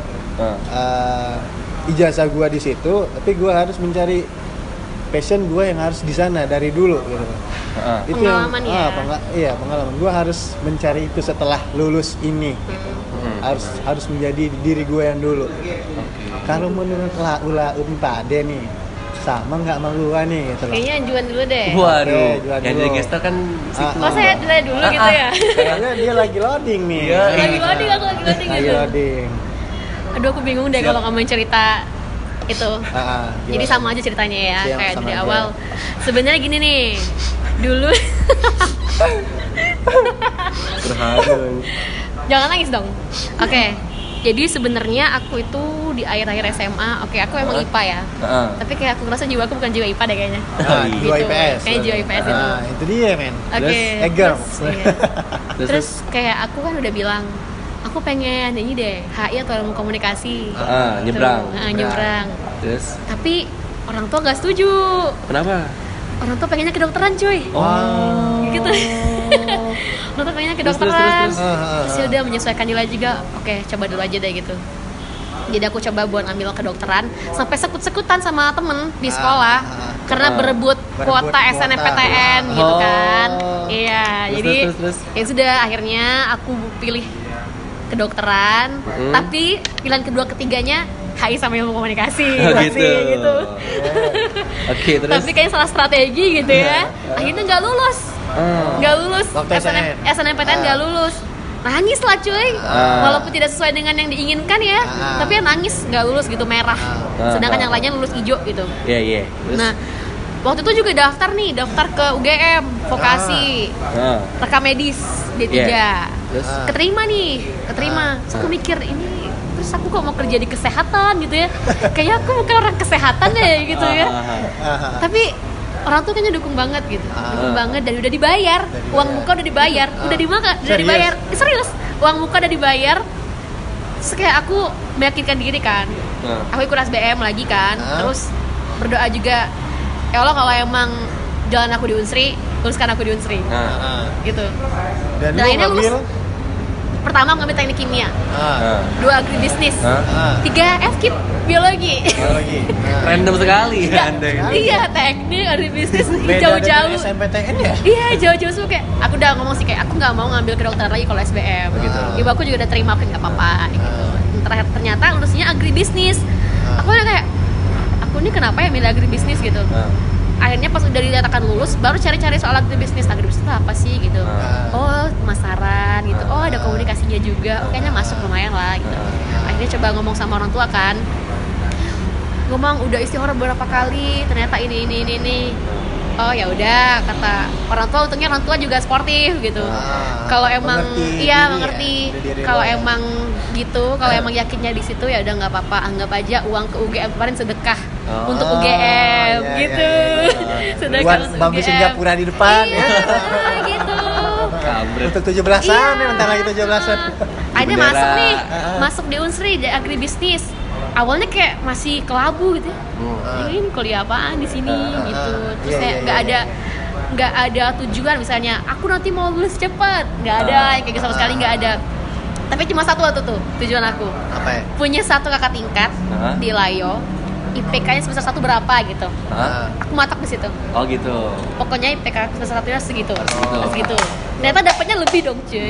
Ijazah gue di situ, tapi gue harus mencari passion gue yang harus di sana dari dulu gitu. Itu pengalaman pengalaman. Gue harus mencari itu setelah lulus ini. Harus menjadi diri gue yang dulu. Kalau menurut ulah Pade nih, sama nggak sama gue nih gitu loh. Kayaknya Juan dulu deh. Waduh, yang jadi gestar kan kok saya dulu gitu ya? Kayaknya dia lagi loading nih. Lagi loading gitu. Lagi loading. Aduh, aku bingung deh kalau ngomongin cerita itu. Jadi sama aja ceritanya ya, kayak dari awal. Sebenarnya gini nih, dulu. Terharu. Jangan nangis dong. Oke. Jadi sebenarnya aku itu di akhir-akhir SMA, aku emang IPA ya. Tapi kayak aku ngerasa jiwa aku bukan jiwa IPA deh kayaknya. Jiwa IPS. Kayak jiwa IPS itu. Itu dia, men. Oke. Terus Terus kayak aku kan udah bilang, aku pengen ini deh, HI atau ilmu komunikasi. Nyebrang. Terus? Tapi orang tua nggak setuju. Kenapa? Orang tua pengennya kedokteran, cuy. Gitu. Orang tua pengennya kedokteran. Terus ya udah menyesuaikan nilai juga. Oke, coba dulu aja deh gitu. Jadi aku coba buat ambil kedokteran, sampai sekut-sekutan sama temen di sekolah karena berebut kuota SNMPTN gitu kan. Iya, jadi ya sudah akhirnya aku pilih kedokteran, tapi pilihan kedua ketiganya HI sama ilmu komunikasi. Gitu. Oke, terus. Tapi kayaknya salah strategi gitu ya. Akhirnya nggak lulus. SNMPTN nggak lulus. Nangis lah cuy. Walaupun tidak sesuai dengan yang diinginkan ya, tapi ya nangis, nggak lulus gitu, merah. Sedangkan yang lainnya lulus hijau gitu. Iya. Nah, waktu itu juga daftar ke UGM vokasi, rekam medis D3. Keterima. Terus aku mikir ini, terus aku kok mau kerja di kesehatan gitu ya. Kayaknya aku bukan orang kesehatan deh gitu ya. Tapi orang tuh kayaknya dukung banget gitu. Dukung banget dan udah dibayar. Uang muka udah dibayar. Udah dibayar. Serius. Uang muka udah dibayar. Terus kayak aku meyakinkan diri kan. Aku ikut SBM lagi kan. Terus berdoa juga, ya Allah kalau emang jalan aku di Unsri, luruskan aku di Unsri. Gitu. Dan akhirnya lulus. Pertama ngambil teknik kimia, 2 agribisnis, 3 FKIP biologi. Random sekali ya Anda. Iya, teknik agribisnis jauh-jauun. SNMPTN ya? Iya, jauh-jauh semua kayak. Aku udah ngomong sih kayak aku nggak mau ngambil kedokteran lagi kalau SBM. Gitu. Ibu aku juga udah terima, nggak apa-apa. Gitu. Ternyata lulusnya agribisnis. Aku udah kayak, aku ini kenapa ya milih agribisnis gitu. Akhirnya pas udah dinyatakan lulus, baru cari-cari soal agribisnis itu apa sih gitu. Oh, pemasaran gitu. Oh, ada komunikasinya juga. Oh, kayaknya masuk lumayan lah gitu. Akhirnya coba ngomong sama orang tua kan. Ngomong udah istihara beberapa kali, ternyata ini. Oh ya udah, kata orang tua, untungnya orang tua juga sportif gitu. Kalau emang mengerti. Kalau emang gitu, kalau emang yakinnya di situ ya udah nggak apa-apa, anggap aja uang ke UGM kemarin sedekah untuk UGM gitu. Sedekah buat bambu Singapura di depan. Gitu. Untuk 17-an ya, bentar lagi 17-an. Akhirnya masuk di Unsri di agribisnis. Awalnya kayak masih kelabu gitu. Ini kuliah apaan di sini gitu. Terus kayak nggak ada tujuan, misalnya aku nanti mau lulus cepat, nggak ada, kayak gitu sama sekali nggak ada. Tapi cuma satu waktu tuh tujuan aku. Apa ya? Punya satu kakak tingkat di Layo, IPK-nya semester 1 berapa gitu. Aku matok di situ. Oh gitu. Pokoknya IPK semester 1-nya segitu. Ternyata dapatnya lebih dong, cuy.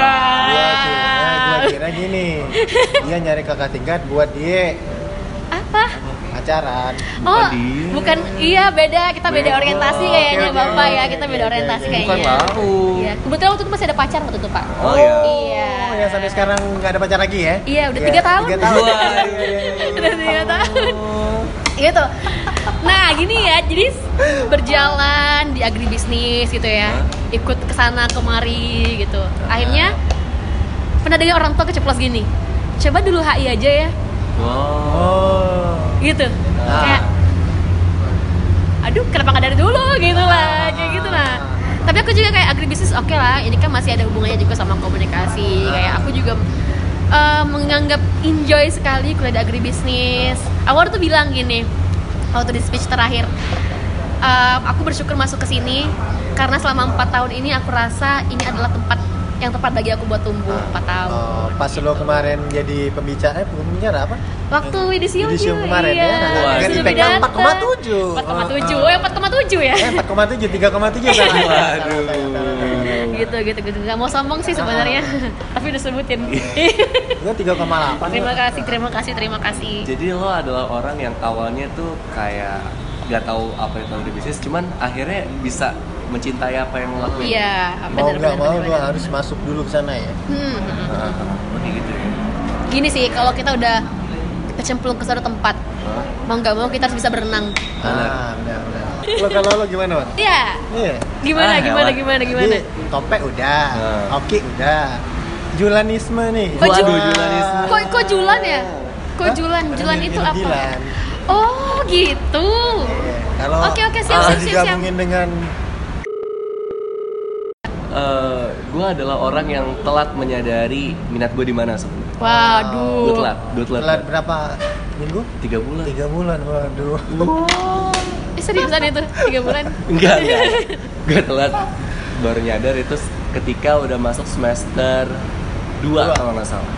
Gua kira gini. Dia nyari kakak tingkat buat dia apa? Pacaran. Oh, bukan. Iya, beda. Kita beda orientasi kayaknya, Bapak ya. Kita beda orientasi kayaknya. Iya. Kebetulan waktu itu masih ada pacar waktu itu, Pak. Oh iya. Ya sampai sekarang nggak ada pacar lagi ya? Iya, udah 3 tahun. 3 tahun. Udah 3 tahun. Gitu. Nah gini ya, jadi berjalan di agribisnis gitu ya, ikut kesana kemari gitu. Akhirnya pernah dengar orang tua keceplos gini, coba dulu HI aja ya. Gitu. Kayak, aduh kenapa nggak dari dulu gitu lah, kayak gitu lah. Tapi aku juga kayak agribisnis oke lah, ini kan masih ada hubungannya juga sama komunikasi. Kayak aku juga menganggap enjoy sekali kuliah di agribisnis. Aku tuh bilang gini waktu di speech terakhir, aku bersyukur masuk ke sini karena selama 4 tahun ini aku rasa ini adalah tempat yang tepat bagi aku buat tumbuh 4 tahun. Pas lo kemarin jadi pembicara apa? Waktu Widisium kemarin iya. Dengan IPK 4,7. 4,7. 4,7 ya? 4,7, 3,7 kan. Waduh. Gitu. Gak mau sombong sih sebenarnya. Tapi udah sebutin. Gue 3,8. Terima kasih. Jadi lo adalah orang yang awalnya tuh kayak gak tahu apa yang di bisnis, cuman akhirnya bisa mencintai apa yang lo lakuin. Iya, benar. Mau lo harus masuk dulu ke sana ya. Kayak gitu ya. Gini sih, kalau kita udah kecemplung ke suatu tempat, mau nggak mau kita harus bisa berenang. Benar. Kalau lo gimana, Wan? Iya. Gimana? Jadi, topek udah, hoki udah, julanisme nih. Julanisme. Kok julan ya? Julan itu apa? Oh gitu. Oke siap. Digabungin dengan gue adalah orang yang telat menyadari minat gue di mana sebenarnya. Waduh. Gue telat berapa minggu? 3 bulan. 3 bulan, waduh. Seriusan itu 3 bulan? Enggak. Gue telat baru nyadar itu ketika udah masuk semester 2 kalau nggak salah.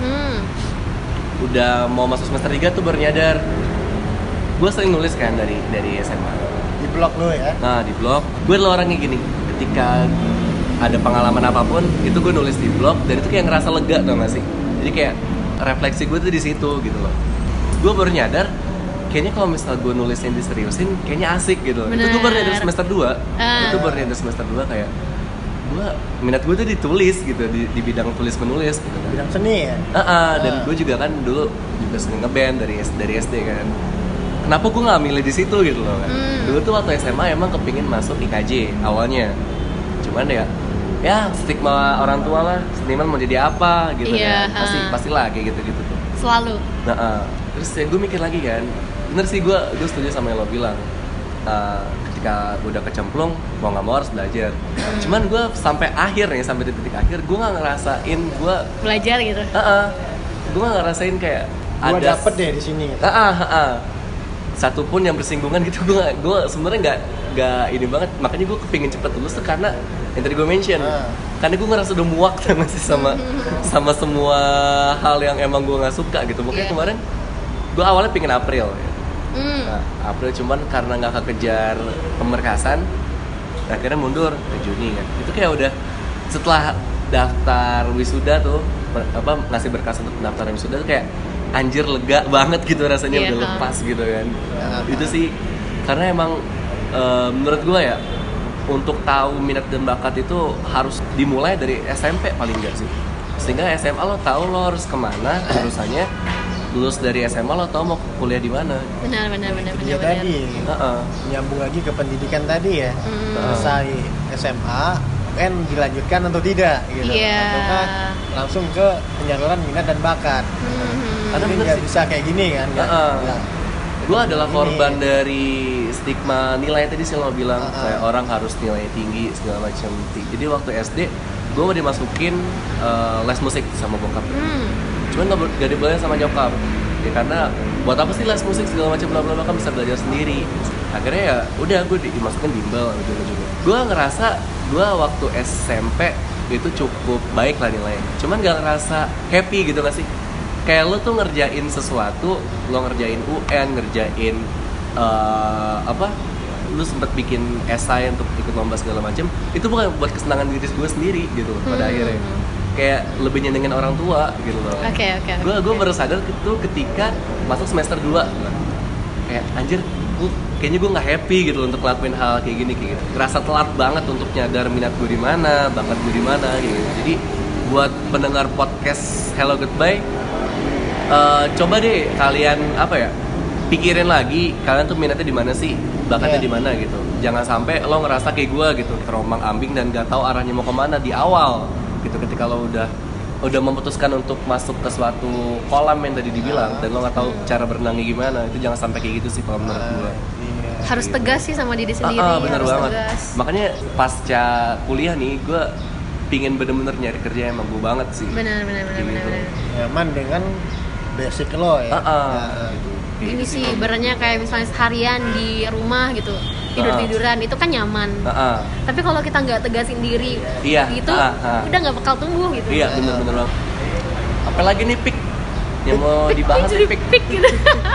Udah mau masuk semester 3 tuh baru nyadar. Gue sering nulis kan dari SMA. Di blog lo ya? Nah di blog, gue adalah orangnya gini. Ketika ada pengalaman apapun, itu gue nulis di blog dan itu kayak ngerasa lega, tau gak sih? Jadi kayak refleksi gue tuh di situ gitu loh. Gue baru nyadar, kayaknya kalau misalnya gue nulisnya diseriusin, kayaknya asik gitu. Bener. Itu gue baru nyadar semester 2. Itu baru nyadar semester 2 kayak minat gue tuh ditulis gitu, di bidang tulis menulis gitu kan. Bidang seni ya? Dan gue juga kan dulu juga sering ngeband dari SD kan. Kenapa gue nggak milih di situ gitu loh kan? Dulu tuh waktu SMA emang kepingin masuk IKJ awalnya, cuman ya stigma orang tua lah, seniman mau jadi apa gitu kan? Pastilah kayak gitu tuh. Selalu. Terus ya gue mikir lagi kan, bener sih gue setuju sama yang lo bilang. Ketika gue udah kecemplung, mau nggak mau harus belajar. Cuman gue sampai di titik akhir, gue nggak ngerasain gue belajar gitu. Gue nggak ngerasain kayak gue dapet deh di sini. Satu pun yang bersinggungan gitu, gue sebenarnya nggak ini banget. Makanya gue kepingin cepet lulus tuh karena yang tadi gue mention, karena gue ngerasa udah muak masih sama semua hal yang emang gue nggak suka gitu. Makanya kemarin gue awalnya pingin April ya. April cuman karena nggak kekejar pemberkasan, akhirnya mundur ke Juni kan. Itu kayak udah setelah daftar wisuda tuh ngasih berkas untuk pendaftaran wisuda tuh kayak anjir lega banget gitu rasanya, udah lepas gitu kan. Itu sih karena emang menurut gue ya, untuk tahu minat dan bakat itu harus dimulai dari SMP paling enggak sih, sehingga SMA lo tahu lo harus kemana jurusannya. Lulus dari SMA lo tau mau kuliah di mana. Benar. Tadi nyambung lagi ke pendidikan tadi ya. Selesai SMA, UN dilanjutkan atau tidak gitu. Ataukah langsung ke penyaluran minat dan bakat. Karena nggak bisa kayak gini kan. Gue adalah korban dari stigma nilai tadi sih lo bilang, kayak orang harus nilai tinggi segala macam. Jadi waktu SD gue mau dimasukin les musik sama bokap. Cuman gak dibolehin sama nyokap ya, karena buat apa sih les musik segala macam bla bla bla, kan bisa belajar sendiri. Akhirnya ya udah gue dimasukin bimbel juga. Gue ngerasa gue waktu SMP itu cukup baik lah nilainya, cuman gak ngerasa happy gitu gak sih? Kayak lo tuh ngerjain sesuatu, lo ngerjain UN, ngerjain lu sempet bikin esai untuk ikut lomba segala macam, itu bukan buat kesenangan diri gue sendiri gitu pada akhirnya. Kayak lebih nyenengin orang tua gitu loh. Oke. Gue baru sadar itu ketika masuk semester 2. Kayak anjir, kayaknya gue nggak happy gitu untuk ngelakuin hal kayak gini gitu. Ngerasa telat banget untuk nyadar minat gue di mana, bakat gue di mana gitu. Jadi buat pendengar podcast Hello Goodbye, coba deh kalian pikirin lagi kalian tuh minatnya di mana sih, bakatnya di mana gitu. Jangan sampai lo ngerasa kayak gue gitu, terombang ambing dan gak tahu arahnya mau kemana di awal gitu. Ketika lo udah memutuskan untuk masuk ke suatu kolam yang tadi dibilang dan lo nggak tahu cara berenangnya gimana, itu jangan sampai kayak gitu sih kalau menurut gue. Harus tegas sih sama diri sendiri. Bener harus banget. Tegas. Makanya pasca kuliah nih gue pingin bener-bener nyari kerja yang mampu banget sih. Benar. Nyaman dengan basic lo ya. Gitu. Ini sih ibaratnya kayak misalnya seharian di rumah gitu, tiduran itu kan nyaman. Tapi kalau kita nggak tegasin diri, gitu, udah nggak bakal tumbuh gitu. Iya bener banget. Apalagi nih Pik yang mau dibahas nih Pik gitu.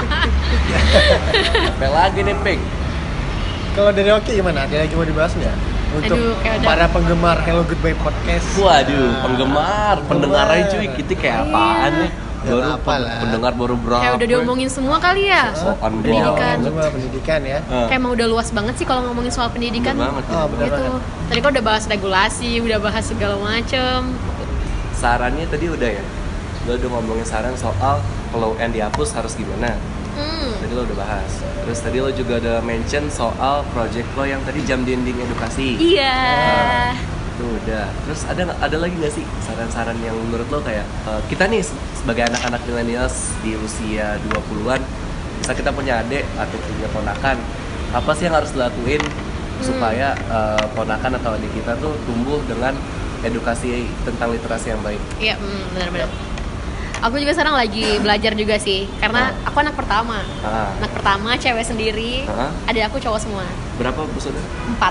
Apalagi nih Pik. Kalau dari Oki gimana? Ada lagi mau dibahas nggak? Untuk para penggemar Hello Goodbye Podcast. Waduh, pendengar aja cuy, kita kayak apaan nih? Pendengar baru berapa? Kayak udah diomongin semua kali ya. Pendidikan ya. Kayak emang udah luas banget sih kalau ngomongin soal pendidikan. Bener banget. Gitu. Tadi kan udah bahas regulasi, udah bahas segala macem. Sarannya tadi udah ya. Lo udah ngomongin saran soal kalau UN dihapus harus gimana. Tadi lo udah bahas. Terus tadi lo juga udah mention soal project lo yang tadi jam dinding edukasi. Iya. Itu udah. Terus ada lagi nggak sih saran-saran yang menurut lo kayak kita nih sebagai anak-anak millennials di usia 20-an, misal kita punya adik atau punya ponakan, apa sih yang harus dilakuin supaya ponakan atau adik kita tuh tumbuh dengan edukasi tentang literasi yang baik? Iya, benar-benar. Aku juga sekarang lagi belajar juga sih, karena aku anak pertama. Anak pertama, cewek sendiri, adik aku cowok semua. Berapa bersaudara?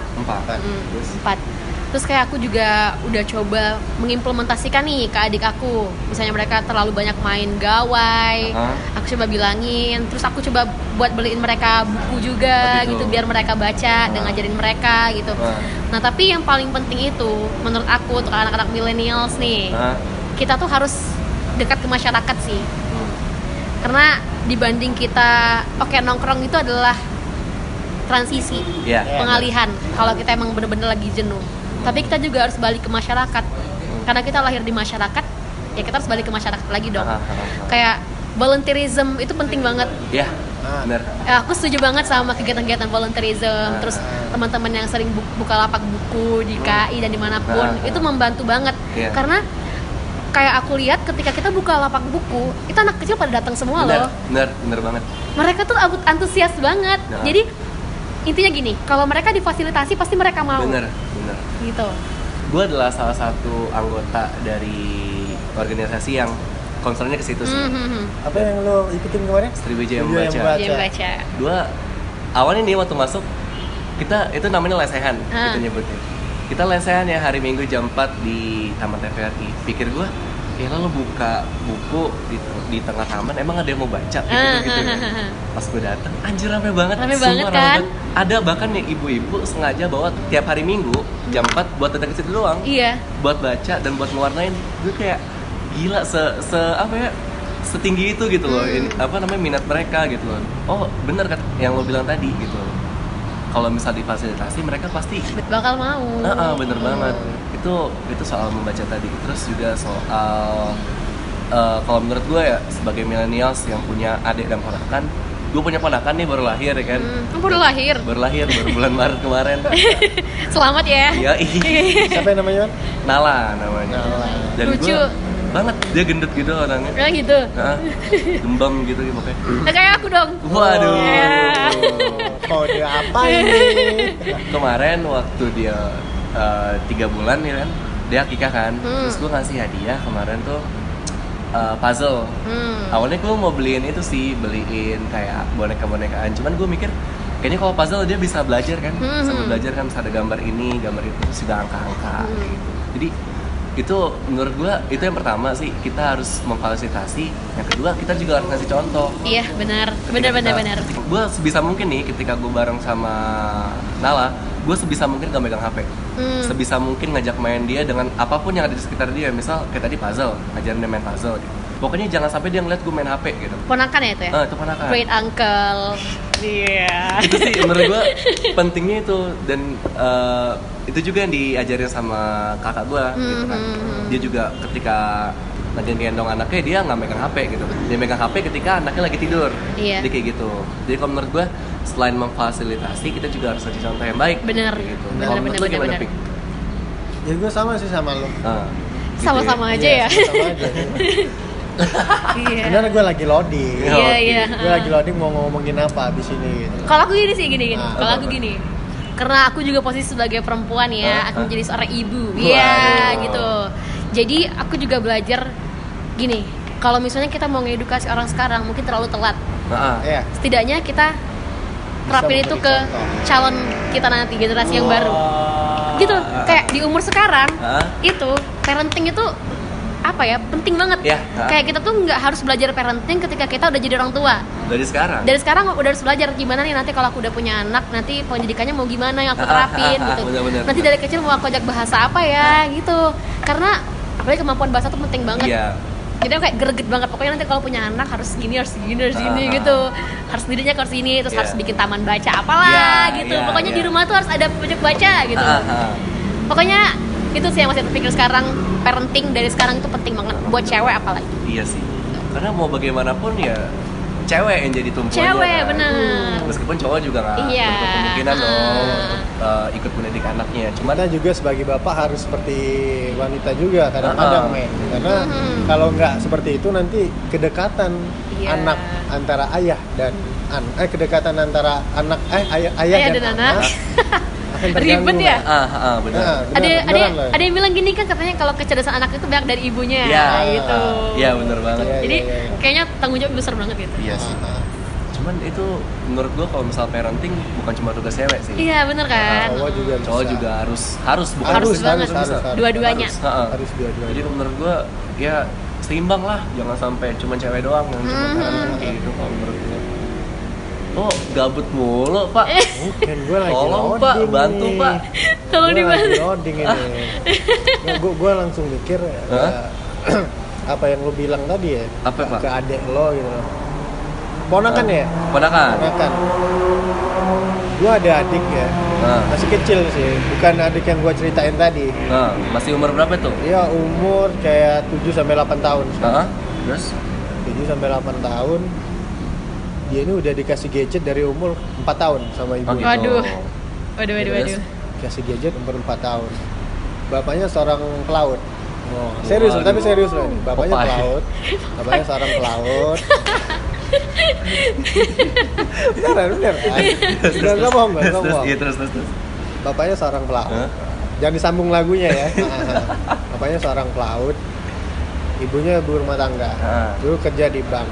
4. Terus kayak aku juga udah coba mengimplementasikan nih ke adik aku. Misalnya mereka terlalu banyak main gawai, aku coba bilangin. Terus aku coba buat beliin mereka buku juga gitu, biar mereka baca dan ngajarin mereka gitu. Nah tapi yang paling penting itu menurut aku untuk anak-anak millennials nih, kita tuh harus dekat ke masyarakat sih. Karena dibanding kita nongkrong itu adalah transisi, pengalihan. Kalau kita emang bener-bener lagi jenuh, tapi kita juga harus balik ke masyarakat. Karena kita lahir di masyarakat, ya kita harus balik ke masyarakat lagi dong. Kayak volunteerism itu penting banget. Iya, benar. Aku setuju banget sama kegiatan-kegiatan volunteerism. Terus teman-teman yang sering buka lapak buku di KI dan dimanapun, itu membantu banget. Karena kayak aku lihat ketika kita buka lapak buku, itu anak kecil pada datang semua loh. Bener banget. Mereka tuh antusias banget. Jadi intinya gini, kalau mereka difasilitasi pasti mereka mau. Bener. Gitu. Gue adalah salah satu anggota dari organisasi yang concernnya ke situ sih. Apa yang lo ikutin kemarin? Sriwijaya Membaca. Gue awalnya nih waktu masuk, kita itu namanya lesehan, kita nyebutnya. Kita lesehan ya hari Minggu jam 4 di Taman TVRI. Pikir gue, lo buka buku di tengah taman, emang ada yang mau baca gitu. Pas gue datang, anjir rame banget kan? Ada bahkan yang ibu-ibu sengaja bawa tiap hari Minggu jam 4 buat datang ke situ doang. Iya. Buat baca dan buat mewarnain. Gue kayak gila setinggi itu gitu loh. Ini, minat mereka gitu loh. Oh bener kan yang lo bilang tadi gitu loh. Kalau misal difasilitasi mereka pasti bakal mau. Bener banget. Itu soal membaca tadi. Terus juga soal kalau menurut gue ya sebagai millennials yang punya adik dan ponakan, gue punya ponakan nih baru lahir ya kan. Baru lahir baru bulan Maret kemarin. Selamat ya. Iya. Siapa yang namanya? Nala namanya. Dan lucu banget, dia gendut gitu orangnya. Kayak gitu. Gembam gitu pokoknya. Kayak aku dong. Waduh. Kode apa ini? Kemarin waktu dia 3 bulan ya kan, dia akikah kan. Terus gue ngasih hadiah kemarin tuh puzzle. Awalnya gue mau beliin itu sih, beliin kayak boneka-bonekaan. Cuman gue mikir kayaknya kalau puzzle dia bisa belajar kan, sambil belajar kan, bisa ada gambar ini, gambar itu, terus juga angka-angka gitu. Jadi itu menurut gue itu yang pertama sih, kita harus memfasilitasi. Yang kedua kita juga harus ngasih contoh. Iya benar. Gue sebisa mungkin nih ketika gue bareng sama Nala, gue sebisa mungkin gak megang HP. Sebisa mungkin ngajak main dia dengan apapun yang ada di sekitar dia. Misal kayak tadi puzzle, ngajarin dia main puzzle gitu. Pokoknya jangan sampai dia ngeliat gue main HP gitu. Ponakan ya itu ya? Itu ponakan. Great uncle. Iya. Itu sih menurut gue pentingnya itu. Dan itu juga yang diajarin sama kakak gue gitu kan. Dia juga ketika lagi gendong anaknya, dia nggak megang HP gitu. Dia megang HP ketika anaknya lagi tidur. Iya. Jadi kayak gitu. Jadi kalau menurut gue selain memfasilitasi, kita juga harus kasih contoh yang baik. Bener. Gitu. Kalau menurut lo gimana, Pik? Ya gue sama sih sama lo. Gitu sama-sama aja ya. Sama aja. Iya. Karena gue lagi loading. Iya. Gue lagi loading mau ngomongin apa abis ini. Gitu. Kalau aku gini. Kalau aku gini. Karena aku juga posisi sebagai perempuan ya, aku menjadi seorang ibu. Iya, gitu. Jadi aku juga belajar gini. Kalau misalnya kita mau ngedukasi orang sekarang, mungkin terlalu telat. Setidaknya kita terapin itu ke calon kita nanti, generasi yang baru. Gitu. Kayak di umur sekarang itu parenting itu apa ya, penting banget. Kayak kita tuh nggak harus belajar parenting ketika kita udah jadi orang tua. Dari sekarang udah harus belajar gimana nih nanti kalau aku udah punya anak, nanti pendidikannya mau gimana yang aku terapin gitu. Bener. Nanti dari kecil mau aku ajak bahasa apa ya gitu. Karena apalagi kemampuan bahasa tuh penting banget. Jadi aku kayak greget banget, pokoknya nanti kalau punya anak harus gini gitu. Harus dirinya harus ini, terus harus bikin taman baca apalah gitu. Pokoknya di rumah tuh harus ada pojok baca gitu. Pokoknya itu sih yang masih terpikir sekarang, parenting dari sekarang itu penting banget buat cewek apalagi. Iya sih, karena mau bagaimanapun ya cewek yang jadi tumpuannya. Cewek, bener. Meskipun cowok juga nggak kemungkinan dong ikut mendidik anaknya. Cuman kita juga sebagai bapak harus seperti wanita juga kadang-kadang men. Karena kalau nggak seperti itu nanti kedekatan anak antara ayah dan kedekatan antara anak ayah dan anak ribet ya. Benar. Ada yang bilang gini kan, katanya kalau kecerdasan anak itu banyak dari ibunya gitu. Iya benar banget. Jadi kayaknya tanggung jawab besar banget gitu. Iya sih. Cuman itu menurut gua kalau misal parenting bukan cuma tugas cewek sih. Iya benar kan. Cowok juga harus banget. Dua-duanya. Harus dua-duanya. Jadi menurut gua ya seimbang lah, jangan sampai cuma cewek doang yang cuma parenting gitu kalau menurut gua. Oh, gabut mulu, Pak. Bukan, gue lagi tolong, loading Pak, bantu, nih. Pak. Tolong dibantu. Gue lagi loading ini. Gue langsung mikir apa yang lo bilang tadi ya. Apa, Pak? Ke adek lo gitu. Ponakan ya? Ponakan. Gue ada adik ya. Masih kecil sih. Bukan adik yang gue ceritain tadi. Masih umur berapa tuh? Iya, umur kayak 7-8 tahun. Terus? 7-8 tahun. Dia ini udah dikasih gadget dari umur 4 tahun sama ibu. Waduh. Kasih gadget umur 4 tahun. Bapaknya seorang pelaut. Serius loh ini. Bapaknya pelaut. Bapaknya seorang pelaut. Bener. Enggak bohong. Terus. Bapaknya seorang pelaut. Jangan disambung lagunya ya. Bapaknya seorang pelaut. Ibunya ibu rumah tangga. Dulu kerja di bank.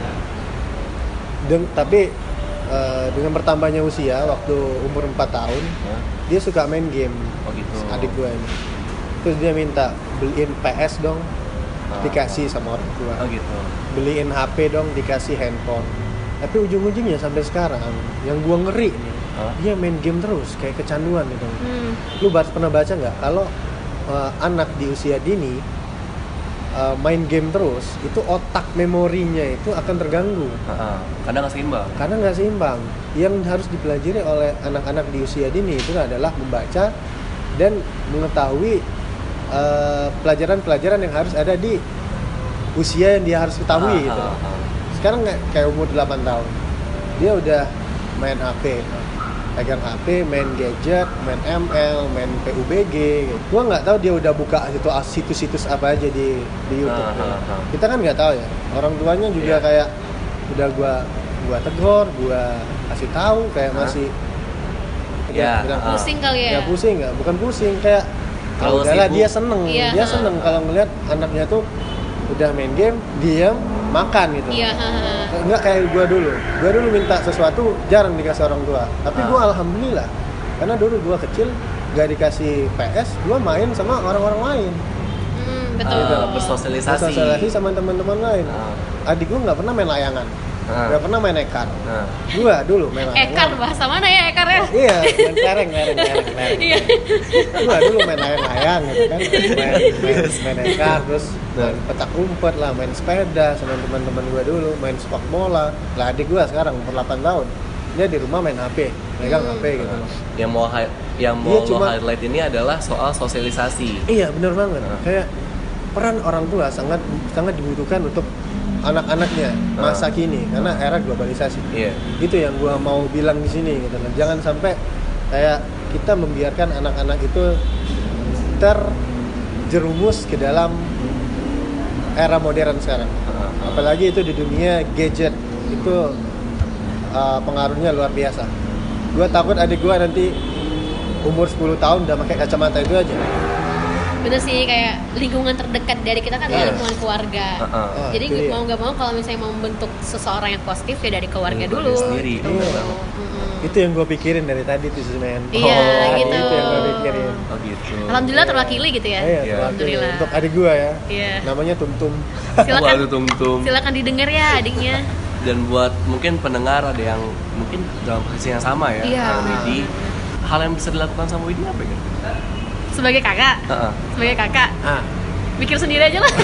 Tapi dengan bertambahnya usia, waktu umur 4 tahun dia suka main game. Gitu. Adik gue ini. Terus dia minta beliin PS dong, dikasih sama orang tua. Gitu. Beliin HP dong, dikasih handphone. Tapi ujung-ujungnya sampai sekarang yang gue ngeri nih, dia main game terus kayak kecanduan gitu. Lu pernah baca nggak kalau anak di usia dini main game terus, itu otak memorinya itu akan terganggu. Karena nggak seimbang. Yang harus dipelajari oleh anak-anak di usia dini itu adalah membaca dan mengetahui pelajaran-pelajaran yang harus ada di usia yang dia harus ketahui gitu. Sekarang kayak umur 8 tahun, dia udah main HP, pegang HP, main gadget, main ML, main PUBG gitu. Gua nggak tahu dia udah buka situs-situs apa aja di YouTube. Kita kan nggak tahu ya. Orang tuanya juga kayak udah gua tegur, gua kasih tahu kayak masih pusing kali ya. Ya pusing nggak? Bukan pusing, kayak kalau udahlah dia seneng. Dia seneng kalau ngeliat anaknya tuh udah main game, diam, makan gitu. Enggak kayak gue dulu minta sesuatu jarang dikasih orang tua. Tapi gue alhamdulillah, karena dulu gue kecil gak dikasih PS, gue main sama orang-orang lain. Betul. Bersosialisasi sama teman-teman lain. Adik gue nggak pernah main layangan, nggak pernah main ekar. Gue dulu main layangan. Ekar bahasa mana ya ekarnya? Iya, main lereng. Gue dulu main layang-layang gitu kan, main ekar, terus main petak umpet lah, main sepeda sama teman-teman gue dulu, main sepak bola. Lah adik gue sekarang umur 8 tahun, dia di rumah main HP, megang HP gitu. Yang mau highlight ini adalah soal sosialisasi. Iya benar banget. Kayak peran orang tua sangat dibutuhkan untuk anak-anaknya masa kini karena era globalisasi. Itu yang gua mau bilang di sini gitu kan. Jangan sampai kayak kita membiarkan anak-anak itu terjerumus ke dalam era modern sekarang. Apalagi itu di dunia gadget itu pengaruhnya luar biasa. Gua takut adik gua nanti umur 10 tahun udah pakai kacamata itu aja. Bener sih, kayak lingkungan terdekat dari kita kan lingkungan keluarga. Jadi mau nggak mau kalau misalnya mau membentuk seseorang yang positif ya dari keluarga dulu. Sendiri. Itu yang gue pikirin dari tadi tuh men. Iya gitu. Itu yang gue pikirin. Oh gitu. Alhamdulillah terwakili gitu ya. Iya, alhamdulillah. Untuk adik gue ya. Iya. Namanya Tumtum. Silakan didengar ya adiknya. Dan buat mungkin pendengar ada yang mungkin dalam posisi yang sama ya. Iya. Widi, hal yang bisa dilakukan sama Widi apa gitu? Sebagai kakak. Mikir sendiri aja lah.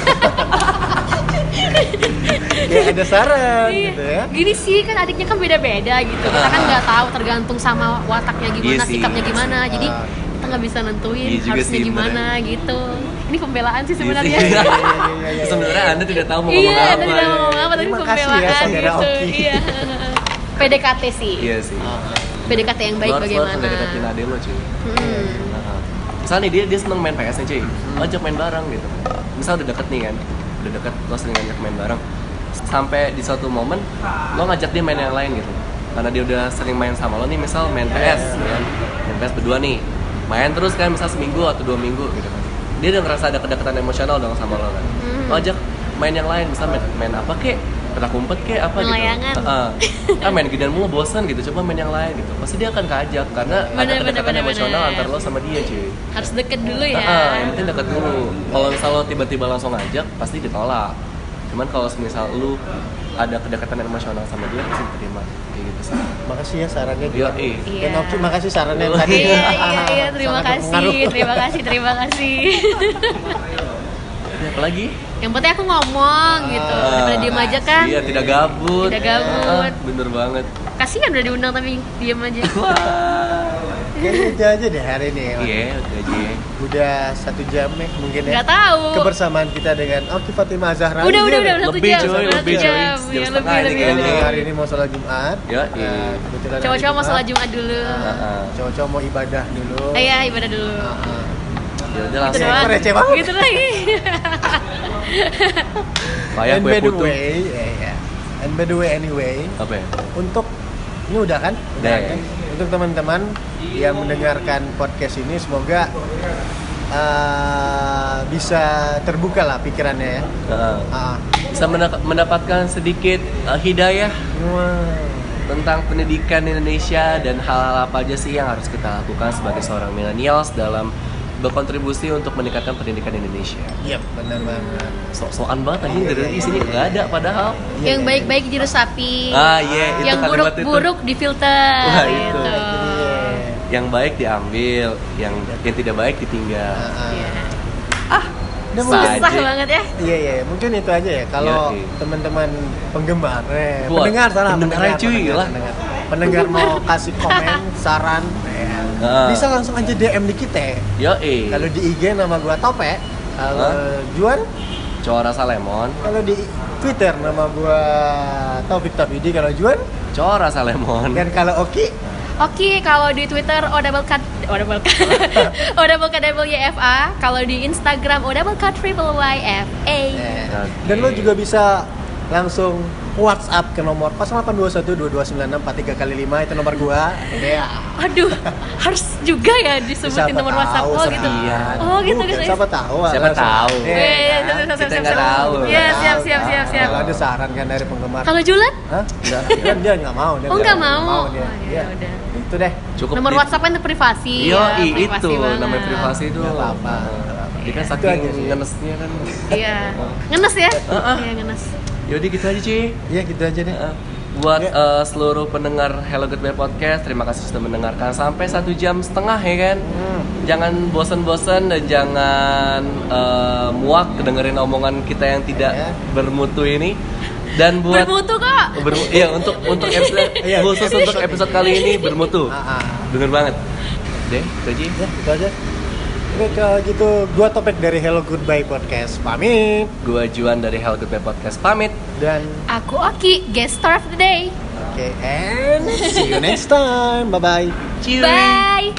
Kayak ada saran gitu ya. Gini sih, kan adiknya kan beda-beda gitu. Kita kan nggak tahu, tergantung sama wataknya gimana, sikapnya gimana. Jadi kita nggak bisa nentuin harusnya gimana gitu. Ini pembelaan sih sebenarnya. Sebenarnya Anda tidak tahu mau ngomong apa. Iya, Anda tidak mau ngomong apa, tapi pembelaan gitu. Iya. PDKT sih. Iya sih. PDKT yang baik bagaimana? Lo harus PDKT-in adek lo cuy. Misalnya dia seneng main PS nih cuy, ajak main bareng gitu. Misal udah deket nih kan, lo sering ngajak main bareng. Sampai di suatu momen lo ngajak dia main yang lain gitu, karena dia udah sering main sama lo nih, misal main PS ya, main PS berdua nih, main terus kan misal seminggu atau 2 minggu gitu kan. Dia udah ngerasa ada kedekatan emosional dong sama lo kan. Lo ajak main yang lain, misal main apa kek, petak umpet kek apa Melayangan. gitu. Kan main ginian mulu bosan gitu, coba main yang lain gitu. Pasti dia akan keajak karena ada kedekatan emosional antar lo sama dia cuy. Harus deket dulu ya. Yang penting deket dulu. Kalau misal lo tiba-tiba langsung ngajak, pasti ditolak. Cuman kalau misal lo ada kedekatan emosional sama dia, pasti diterima. Kayak gitu sih. Makasih ya sarannya. Iya. Dan Oki makasih sarannya tadi. Iya, terima kasih. Apa lagi? Yang penting aku ngomong gitu, daripada diem aja kan. Iya, tidak gabut. Bener banget. Kasihan udah diundang tapi diem aja. Kayaknya itu aja deh hari ini. Iya, udah aja. Udah 1 jam nih mungkin ya. Nggak tahu. Kebersamaan kita dengan Oki Fatimah Zahra. Udah 1 lebih jam. Lebih jam. Lebih. Hari ini mau sholat Jumat. Ya, Cowok-cowok mau sholat Jumat dulu. Cowok-cowok mau ibadah dulu. Iya, ibadah dulu. Ya udah langsung. Receh banget. Gitu lagi. And by the way anyway. Apa ya? Untuk ini udah kan? Udah kan? Untuk teman-teman yang mendengarkan podcast ini semoga bisa terbuka lah pikirannya ya. Bisa mendapatkan sedikit hidayah tentang pendidikan Indonesia dan hal-hal apa aja sih yang harus kita lakukan sebagai seorang millennials dalam berkontribusi untuk meningkatkan pendidikan Indonesia. Iya, benar banget. Sok-sokan banget aja dari sini nggak ada padahal. Yang baik-baik jeruk sapi. Itu yang buruk-buruk difilter. Itu. Yang baik diambil, yang tidak baik ditinggal. Susah banget ya. Iya, mungkin itu aja ya. Kalau teman-teman penggemar, pendengar mau kasih komen, saran, bisa langsung aja DM di kita. Kalau di IG nama gua Tope, kalau Juan Cora Salemon. Kalau di Twitter nama gua Taufik Tafidi, kalau Juan Cora Salemon. Dan kalau Oki, kalau di Twitter OWK kalau di Instagram OWK_YFA. Dan lo juga bisa langsung WhatsApp ke nomor 0821229643x5, itu nomor gua. Aduh, harus juga ya disebutin nomor WhatsApp lo gitu. Oh gitu guys. Siapa tahu. Kita nggak tahu. Iya, siap. Kalau ada saran kan dari penggemar. Kalau Julan? Kan dia nggak mau. Nggak mau. Ya udah. Itu deh. Cukup nomor WhatsApp-nya privasi. Itu namanya privasi itu. Nggak apa-apa. Dia kan saking ngenesnya kan. Iya. Ngenes ya? Iya, ngenes. Yaudah gitu aja Ci. Iya gitu aja deh. Buat seluruh pendengar Hello Goodbye Podcast, terima kasih sudah mendengarkan sampai 1,5 jam ya kan. Jangan bosan-bosan dan jangan muak dengerin omongan kita yang tidak bermutu ini. Dan buat bermutu kok. Untuk episode khusus untuk episode kali ini bermutu. Bener banget. Deh, itu aja. Itu aja. Oke, kalau gitu gua Topik dari Hello Goodbye Podcast pamit. Gua Juan dari Hello Goodbye Podcast pamit. Dan aku Oki, guest star of the day. Oke, and see you next time. Bye-bye. Cheers. Bye.